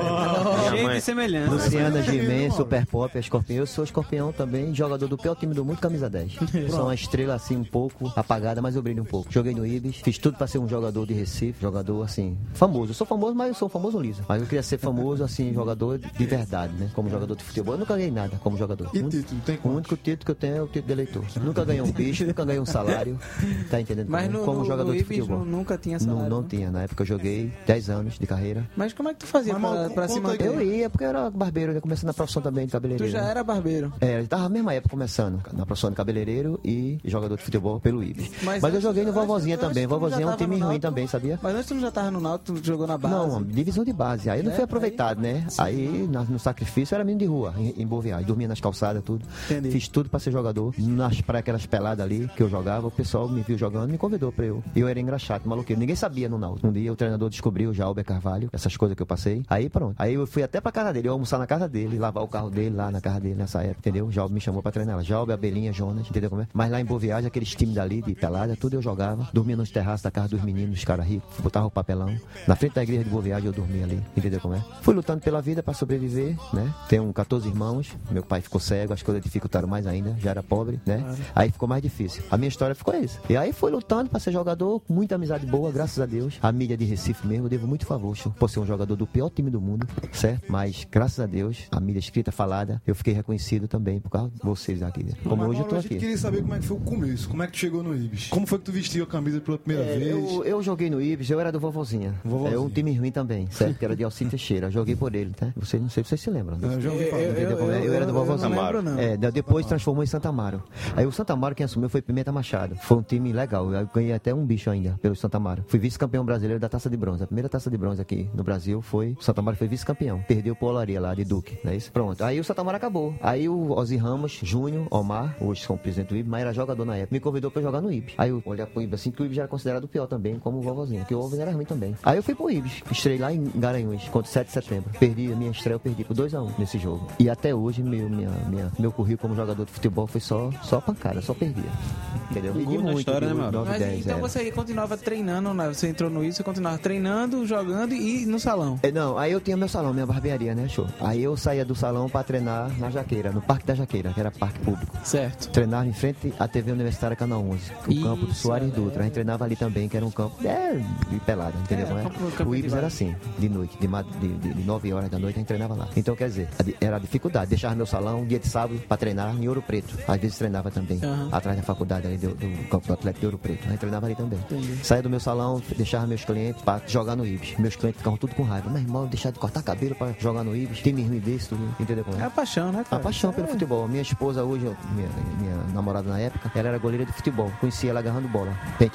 Cheio
mãe.
de semelhança.
Luciana Gimen, Super Pop, é escorpião. Eu sou escorpião também, jogador do pior time do mundo, camisa dez. Sou uma estrela assim um pouco apagada, mas eu brilho um pouco. Joguei no Ibis, fiz tudo pra ser um jogador de Recife, jogador assim, famoso. Eu sou famoso, mas eu sou um famoso liso. Mas eu queria ser famoso assim, jogador de verdade, né? Como jogador de futebol. Eu nunca ganhei nada como jogador.
E
O
título? Tem
O
quanto?
único título que eu tenho é o título de eleitor. Nunca ganhei um bicho, nunca ganhei um salário. Tá entendendo?
Mas
como?
no,
como
no,
jogador
no
de
Ibis
futebol.
nu- nunca tinha salário.
Não, não
né?
tinha. Na época eu joguei dez anos de carreira.
Mas como é que tu fazia
Mas,
pra,
Mauro,
pra se
conta aí.
manter?
Eu ia, porque eu era barbeiro, né? Começando na profissão também de
Tu
cabeleireiro.
já
né?
era barbeiro.
É, eu tava na mesma época começando, na profissão de cabeleireiro e jogador de futebol pelo Ibis.
Mas
Mas, eu
antes-
joguei no
antes-
Vovozinha
antes
também.
tu já
Vovozinha é um
tava
time
no
ruim
Náutico?
também, sabia?
Mas antes tu já tava no Náutico, tu jogou na base.
Não, divisão de base. Aí não
É,
foi aproveitado, né? Aí na- no sacrifício eu era menino de rua, em, em Boa Viagem. Dormia nas calçadas, tudo.
Entendi.
Fiz tudo pra ser jogador. Nas praias, aquelas peladas ali que eu jogava, o pessoal me viu jogando e me convidou pra eu. E eu era engraxado, maluqueiro. Ninguém sabia no Náutico. Um dia o treinador descobriu, já o Jalber Carvalho, essas coisas que eu passei. Aí pronto. Aí eu fui até pra casa dele, eu almoçar na casa dele, lavar o carro dele lá na casa dele nessa época, entendeu? O Jalber me chamou pra treinar lá. Jalber, Abelinha, Jonas, entendeu como é? Mas lá em Boa Viagem, aqueles times dali de pelada, tudo eu jogava. Dormia nos terraços da casa dos meninos, os caras ricos, botava o papelão. Na frente da igreja de Boa Viagem eu dormia ali, entendeu como é? Fui lutando pela vida pra sobreviver, né? Tenho quatorze irmãos, meu pai ficou cego, as coisas dificultaram mais ainda, já era pobre, né? Aí ficou mais difícil. A minha história ficou isso. E aí fui lutando pra ser jogador, muita amizade boa, graças a Deus. A mídia de Recife mesmo, eu devo muito favor, show, por ser um jogador do pior time do mundo, certo? Mas graças a Deus, a mídia escrita, falada, eu fiquei reconhecido também por causa de vocês aqui, né? Como
Mas,
hoje eu
Mauro,
tô
a gente
aqui.
queria saber como é que foi o começo, como é que tu chegou no Ibis. Como foi que tu vestiu a camisa pela primeira
É,
vez?
eu, eu joguei no Ibis, eu era do Vovozinha.
Vovozinha.
É um time ruim também, certo? Que era de Alcino Teixeira. Eu joguei por ele, tá? Vocês, não sei se vocês se lembram.
Eu já ouvi
Eu,
falar.
eu,
Entendeu como é? Eu era do
eu
Vovozinha.
não lembro, não.
É, depois transformou em Santa Amaro. Aí o Santa Amaro quem assumiu foi Pimenta Machado. Foi um time legal. Eu ganhei até um bicho ainda pelo Santa Amaro. Fui vice-campeão brasileiro da Taça de Bronze. A primeira Taça de Bronze aqui no Brasil foi... O Santa Amaro foi vice-campeão. Perdeu pro Olaria lá de Duque, não é isso? Pronto. Aí o Santa Amaro acabou. Aí o Ozzy Ramos, Júnior, Omar, hoje são presidente do Ibis, mas era jogador na época, me convidou pra jogar no Ibis. Aí eu olhei pro Ibis assim, que o Ibis já era considerado o pior também, como o Vovozinho, porque o Vovozinho era ruim também. Aí eu fui pro Ibis, estrei lá em Garanhuns, contra o sete de setembro. Perdi a minha estreia, eu perdi por dois a um nesse jogo. E até hoje, meu, minha, minha, meu currículo como jogador de futebol foi só, só pancada, só perdia. Entendeu?
Um
E
gol
de
na
muito,
história,
de
né, Mauro?
nove,
Mas,
dez,
então
era.
você aí continuava treinando, né? Você entrou no Ibis, você continuava treinando, jogando e no salão.
É, não, aí eu tinha meu salão, minha barbearia, né, show? Aí eu saía do salão pra treinar na Jaqueira, no Parque da Jaqueira, que era parque público.
Certo.
Treinava em frente à T V Universitária Canal onze, o
Isso,
campo do Soares
galera.
Dutra. A gente treinava ali também, que era um campo é, de pelada, entendeu?
É,
como é?
campo- campo
O
de
Ibis era
várzea.
assim, de noite, de, ma- de, de, de nove horas da noite a gente treinava lá. Então, quer dizer, a di- era a dificuldade. Deixava meu salão dia de sábado pra treinar em Ouro Preto. Às vezes treinava também,
Aham.
atrás da faculdade ali do, do campo do Atlético de Ouro Preto. A gente treinava ali também.
Entendi.
Saía do meu salão, deixava meus clientes pra jogar no Ibis. Meus clientes ficavam tudo com raiva. Mas, irmão, deixar de cortar cabelo pra jogar no Ibis. Time ruim desse, tudo, entendeu como
É
é?
a paixão, né,
A
cara?
paixão pelo
É.
futebol. Minha esposa hoje, minha, minha namorada na época, ela era goleira de futebol. Conhecia ela agarrando bola. Pente fino, que ela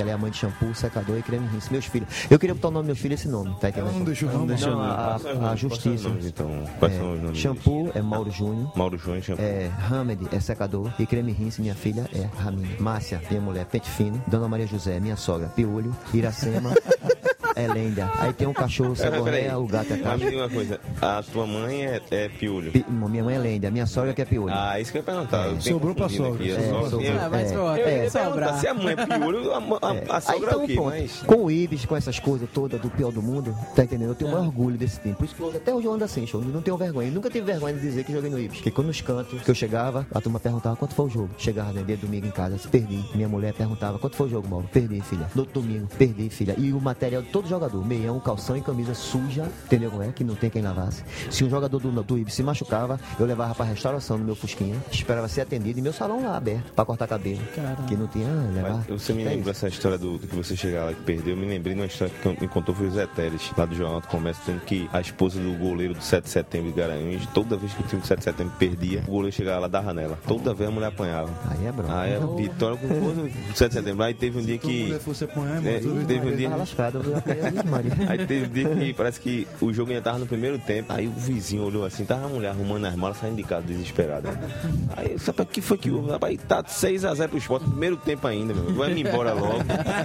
ela é a mãe de shampoo, secador e creme rinse. Meus filhos. Eu queria botar o nome do meu filho esse nome, tá entendendo?
Não deixa o
não,
nome.
não, a, a, a justiça.
Nomes, então, quais
É,
são os nomes?
shampoo é Mauro Júnior.
Mauro Júnior, shampoo.
É, Hamed é secador e creme rinse, minha filha é Ramina. Márcia, minha mulher, pente fino. Dona Maria José, minha sogra, Piolho. Iracema é Lenda. Aí tem um cachorro, Seborréia, o gato é
Mas
Tacho.
me diga uma coisa, a tua mãe é, é piolho?
Pi- minha mãe é Lenda, minha sogra que é Piolho.
Ah, isso que eu ia perguntar. Eu tenho
Sobrou pra
confundido
sogra.
aqui, a
É,
sogra-
sobrou.
eu-
Ah, mas
É,
pronto,
Eu
tem
ia
que
perguntar,
sobrar.
se a mãe é piolho, a, a,
É.
a
Aí
sogra é
então,
o quê?
pronto.
Mas...
Com o Ibis, com essas coisas todas do pior do mundo, tá entendendo? Eu tenho o maior orgulho desse time. Por isso que eu- até hoje eu ando assim, show. Não tenho vergonha. Eu nunca tive vergonha de dizer que joguei no Ibis. Porque quando nos cantos que eu chegava, a turma perguntava quanto foi o jogo. Chegava né, dia domingo em casa, perdi. Minha mulher perguntava quanto foi o jogo, Mauro. Perdi, filha. No outro domingo, perdi, filha. E o material de todo jogador, meião, calção e camisa suja, entendeu como é? Que não tem quem lavasse. Se um jogador do, do Ibis se machucava, eu levava pra restauração no meu Fusquinha, esperava ser atendido e meu salão lá aberto pra cortar cabelo.
Caramba.
Que não tinha, ah, levar.
Mas você me
É
lembra
isso.
essa história do, do que você chegar lá e perdeu? Eu me lembrei de uma história que me contou foi o Zé Teres, lá do Jornal do Comércio, dizendo que a esposa do goleiro do sete de setembro de Garanhuns, toda vez que o time do sete de setembro perdia, o goleiro chegava lá, dava nela. Toda vez a mulher apanhava.
Aí é bronca.
Aí a vitória com coisa do sete de setembro. Aí teve um dia
Todo mundo
que.
fosse apanhar,
É,
mano. tudo
teve um
bem.
dia.
Tava lascado, eu apanhei, Maria.
Aí teve um dia que parece que o jogo ainda tava no primeiro tempo. Aí o vizinho olhou assim, tava a mulher arrumando as malas, saindo de casa desesperada. Aí, sabe o que foi que houve? Rapaz, tá seis a zero pro esporte, no primeiro tempo ainda, meu. Vai-me embora logo.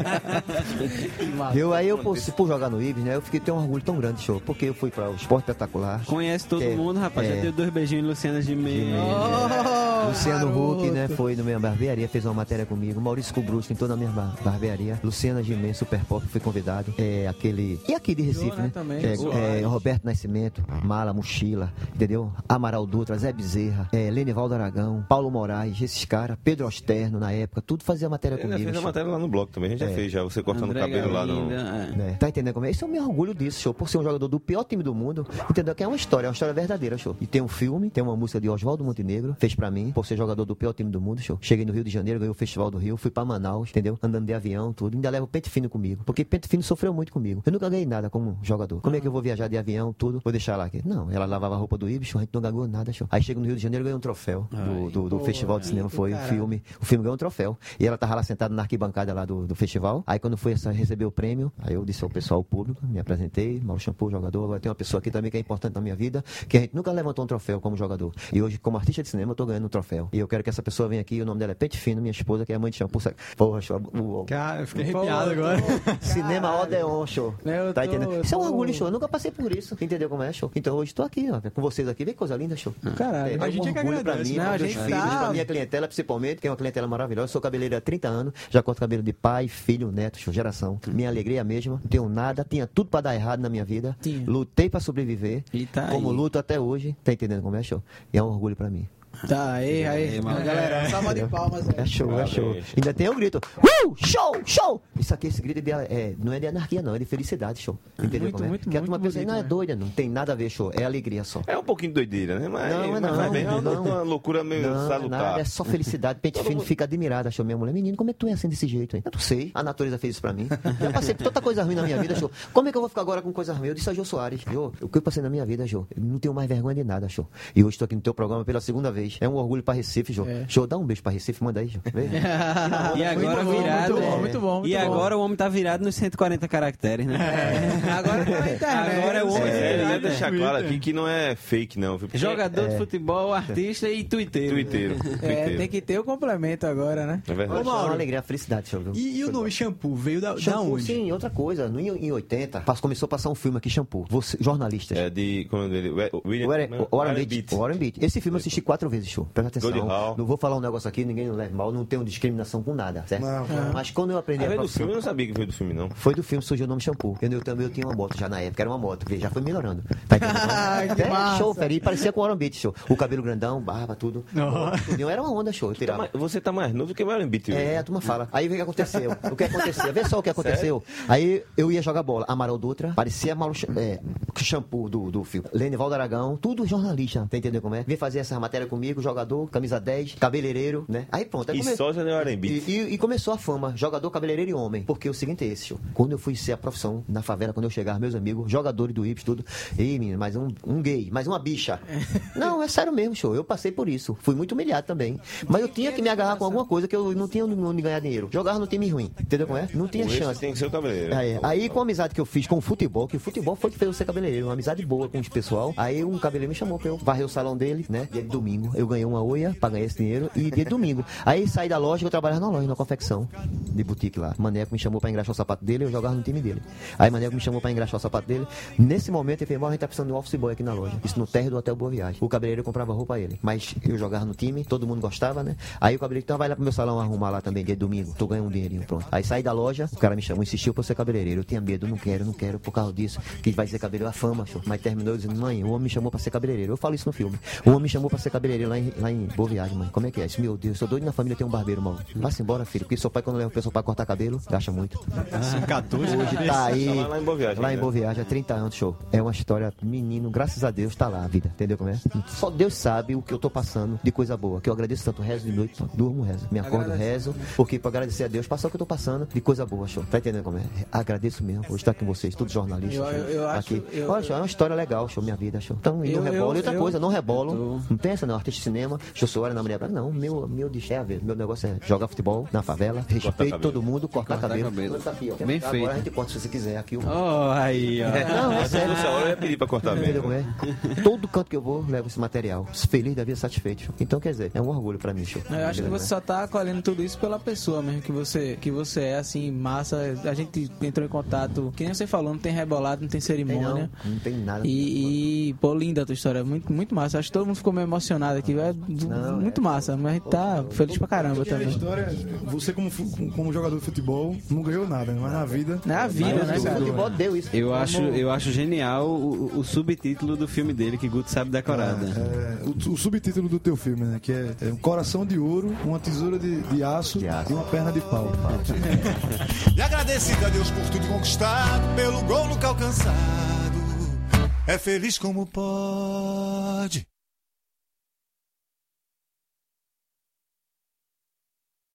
Eu, aí eu, por, por jogar no Ibis, né, eu fiquei tenho um orgulho tão grande, show, porque eu fui para o Esporte Espetacular.
Conhece todo
É,
mundo, rapaz.
é.
Já deu dois beijinhos em Luciana de Meia.
Oh,
Luciano
garoto.
Huck, né, foi na minha barbearia, fez uma matéria comigo. Maurício Kubruskin, toda a minha bar- barbearia. Luciana Gimenez, Super Pop, fui convidado. É, aquele... E aqui de Recife,
Jô, né,
né?
também.
É,
Jô.
é, Roberto Nascimento, Mala, Mochila, entendeu? Amaral Dutra, Zé Bezerra, é, Lenivaldo Aragão, Paulo Moraes, esses caras, Pedro Osterno, na época, tudo fazia matéria
Ele já
comigo.
fez a
show.
matéria lá no blog também, a gente já
É.
fez, já. Você cortando o
André
cabelo lá no.
Galinda, é.
Né? Tá entendendo como é? Isso é o meu orgulho disso, show. Por ser um jogador do pior time do mundo, entendeu? Que é uma história, é uma história verdadeira, show. E tem um filme, tem uma música de Oswaldo Montenegro, fez pra mim, por ser jogador do pior time do mundo, show. Cheguei no Rio de Janeiro, ganhei o Festival do Rio, fui pra Manaus, entendeu? Andando de avião, tudo. Ainda levo o Pente Fino comigo, porque Pente Fino sofreu muito comigo. Eu nunca ganhei nada como jogador. Como é que eu vou viajar de avião, tudo? Vou deixar lá aqui. Não, ela lavava a roupa do Ibis, show, a gente não ganhou nada, show. Aí chego no Rio de Janeiro, ganhei um troféu do, do, do
pô,
Festival de Cinema,
do
foi o
caralho.
filme. O filme ganhou um troféu. E ela tava lá sentada na arquibancada lá do, do festival. Aí quando fui essa- receber o prêmio, aí eu disse ao pessoal, ao público, me apresentei, Mauro Shampoo, jogador. Agora tem uma pessoa aqui também que é importante na minha vida, que a gente nunca levantou um troféu como jogador. E hoje, como artista de cinema, eu tô ganhando um troféu. E eu quero que essa pessoa venha aqui, o nome dela é Pente Fino, minha esposa, que é a mãe de Shampoo. Sabe? Porra, show. O, o,
Cara, eu fiquei
Pô,
arrepiado
eu tô-
agora.
Cinema Odeon, show.
Eu
Tá
tô-
entendendo?
eu
Isso é um
tô-
orgulho, show. Eu nunca passei por isso. Entendeu como é, show? Então hoje tô aqui, ó, com vocês aqui. Vê que coisa linda, show.
Caralho.
É,
a
é
gente
um
é que
orgulho pra
agradece.
mim,
Não,
para
a
meus
gente
filhos,
tá-
pra minha clientela, principalmente, que é uma clientela maravilhosa. Sou cabeleireiro há trinta anos, já corto cabelo de pai, filho, neto, show, geração. Minha alegria mesmo, não tenho nada, tinha tudo pra dar errado na minha vida.
Tinha.
Lutei pra sobreviver,
E tá
como
aí.
luto até hoje. Tá entendendo como é, show? E é um orgulho pra mim.
Tá, aí, aí.
mano.
Galera, salva de palmas aí.
É show, é
Parabéns.
show. Ainda tem o grito. Uh! Show, show! Isso aqui, esse grito é de- é, não é de anarquia, não, é de felicidade, show. Entendeu
Muito,
como é?
muito,
Porque a
muito
turma pensa,
bonito,
não, é
né?
doida, não tem nada a ver, show. É alegria só.
É um pouquinho de doideira, né? Mas,
Não, é
mas
não,
vai bem. É uma,
não.
uma loucura meio
Não,
salutar.
nada, é só felicidade. Pente
Todo
fino
mundo-
fica admirado, achou minha mulher. Menino, como é que tu é assim desse jeito, hein? Eu não sei. A natureza fez isso pra mim. Eu passei por tanta coisa ruim na minha vida, show. Como é que eu vou ficar agora com coisa ruim? Eu disse a Jô Soares, Jô, o que eu passei na minha vida, Jô, eu não tenho mais vergonha de nada, show. E hoje tô aqui no teu programa pela segunda vez. É um orgulho pra Recife, Jô.
É.
Show, dá um beijo pra Recife, manda aí, Jô. Vê.
E agora
Muito bom,
virado.
muito bom,
é.
muito bom, muito
e
bom.
agora o homem tá virado nos cento e quarenta caracteres, né?
Agora tá na internet.
Agora é o homem
É,
virado.
é deixar claro aqui que não é fake, não. Viu? Porque
Jogador de futebol, artista e
é
tuiteiro.
Tuiteiro.
É,
tuiteiro.
tem que ter o complemento agora, né?
É verdade.
Ô, Mauro. É uma alegria, felicidade, show, viu?
E, e o nome Shampoo veio da, da
Shampoo,
onde?
sim, outra coisa. No, em oitenta, pass- começou a passar um filme aqui, Shampoo. Você, jornalistas.
É de. Como é o nome dele? O William.
O Warren, o Warren
Warren
Beat. O Warren Beat. Esse filme eu assisti quatro vezes, show. Presta
Goldie
atenção.
Hawn.
Não vou falar um negócio aqui, ninguém não leva mal. Não tenho discriminação com nada, certo?
Não, não.
Mas quando eu aprendi
Ah,
a
veio do
profissão...
filme, eu não sabia que veio do filme, não.
Foi do filme que surgiu o nome Shampoo. Eu, eu também eu tinha uma moto já na época, era uma moto, que já foi melhorando. Tá entendendo?
Ai, que
É,
massa.
show, Feri, parecia com o Warren Beat, show. O cabelo grandão, barba, tudo. Tudo. Era uma onda, show. Eu
Tá
tirava.
mais- Você tá mais novo que o Warren Beat.
É, a turma fala. Aí vê o que aconteceu. O que aconteceu? Vê só o que aconteceu. Aí eu ia jogar bola. Amaral Dutra, parecia Mauro Ch- é, Shampoo do, do filme. Lenivaldo Aragão, tudo jornalista. Tá entendendo como é? Vem fazer essa matéria comigo, jogador, camisa dez, cabeleireiro, né? Aí pronto. Aí
E
come-
só já deu Warren Beat.
e, e- e começou a fama, jogador, cabeleireiro e homem. Porque o seguinte é esse, show. Quando eu fui ser a profissão na favela, quando eu chegar, meus amigos, jogadores do Ips, tudo. gay, menino, mas um, um gay, mas uma bicha. Não, é sério mesmo, show. Eu passei por isso. Fui muito humilhado também. Mas eu tinha que me agarrar com alguma coisa que eu não tinha onde ganhar dinheiro. Jogava no time ruim, entendeu como é? Não tinha
Esse
chance.
tem que ser o cabeleireiro.
Aí, aí com a amizade que eu fiz com o futebol, que o futebol foi que fez eu ser cabeleireiro, uma amizade boa com os pessoal. Aí um cabeleireiro me chamou pra eu varrer o salão dele, né? Dia de domingo. Eu ganhei uma oia pra ganhar esse dinheiro e dia de domingo. Aí saí da loja, eu trabalhava na loja, na confecção de boutique lá. Maneco me chamou pra engraxar o sapato dele, eu jogava no time dele. Aí Maneco me chamou pra engraxar o sapato dele. Nesse momento ele falou, a gente tá precisando de um office boy aqui na loja. Isso no térreo do Hotel Boa Viagem. O cabeleireiro comprava roupa a ele. Mas eu jogava no time, todo mundo gostava, né? Aí o cabeleireiro, então vai lá pro meu salão arrumar lá também, dia de domingo. Tô ganhando um dinheirinho, pronto. Aí saí da loja, o cara me chamou, insistiu pra eu ser cabeleireiro. Eu tinha medo, não quero, não quero, por causa disso. Que vai ser cabeleireiro, a fama, show. Mas terminou dizendo, mãe, o homem me chamou pra ser cabeleireiro. Eu falo isso no filme. O homem me chamou pra ser cabeleireiro lá em, lá em Boa Viagem, mãe. Como é que é isso? Meu Deus, eu sou doido na família, tem um barbeiro, mano. Vá-se embora, filho. Porque seu pai, quando leva o pessoal pra cortar cabelo, gasta muito.
São catorze.
Hoje tá aí.
Tava lá em Boa Viagem,
Lá
né?
em Boa Viagem, há trinta anos, show. É uma história, menino, graças a Deus, tá lá a vida. Entendeu como é? Só Deus sabe o que eu tô passando de coisa boa. Que eu agradeço tanto, rezo de noite, durmo, rezo. Me acordo, rezo. Porque pra agradecer a Deus, passar o que eu tô passando de coisa boa, show. Tá entendendo como é? Agradeço mesmo. Hoje estar com vocês, todos jornalistas.
Eu-
show.
eu- eu acho-
Aqui.
eu-
Olha, show, é uma história legal, show, minha vida, show. Então, e
Eu-
não
eu-
rebolo. E outra
eu-
coisa, não rebolo.
eu
Não pensa, não, artista de cinema, show, sou hora na mulher. Não, meu, meu de é, meu negócio é jogar futebol na favela, respeito
cabelo.
todo mundo, cortar,
Cortar
cabelo.
cabelo.
Tá aqui, ó.
Bem
Agora
feito.
a gente corta se você quiser aqui. O...
Oh, aí, ó.
Não, é sério.
Nessa hora eu ia pedir pra cortar
Entendeu
mesmo.
como é? Todo canto que eu vou, levo esse material. Feliz da vida, satisfeito. Show. Então, quer dizer, é um orgulho pra mim, show.
Eu acho que você só tá acolhendo tudo isso pela pessoa mesmo, que você, que você é, assim, massa. A gente entrou em contato, que nem você falou, não tem rebolado, não tem
Tem
cerimônia.
não, não tem nada.
E, e, pô, linda a tua história, muito, muito massa. Acho que todo mundo ficou meio emocionado aqui, é
Não,
muito
é.
massa. Mas a gente tá feliz pra caramba
Porque a
também.
história, você como, fu- como jogador de futebol, não ganhou nada, né? Mas na vida...
É a vida,
Mas
né,
o
cara?
futebol deu isso.
Eu acho, eu acho genial o, o subtítulo do filme dele, que Guto sabe decorada.
É, o, o subtítulo do teu filme, né? Que é, é um coração de ouro, uma tesoura de, de, aço,
De aço.
e uma perna de pau.
E agradecido a Deus por tudo conquistado, pelo gol nunca alcançado. É feliz como pode.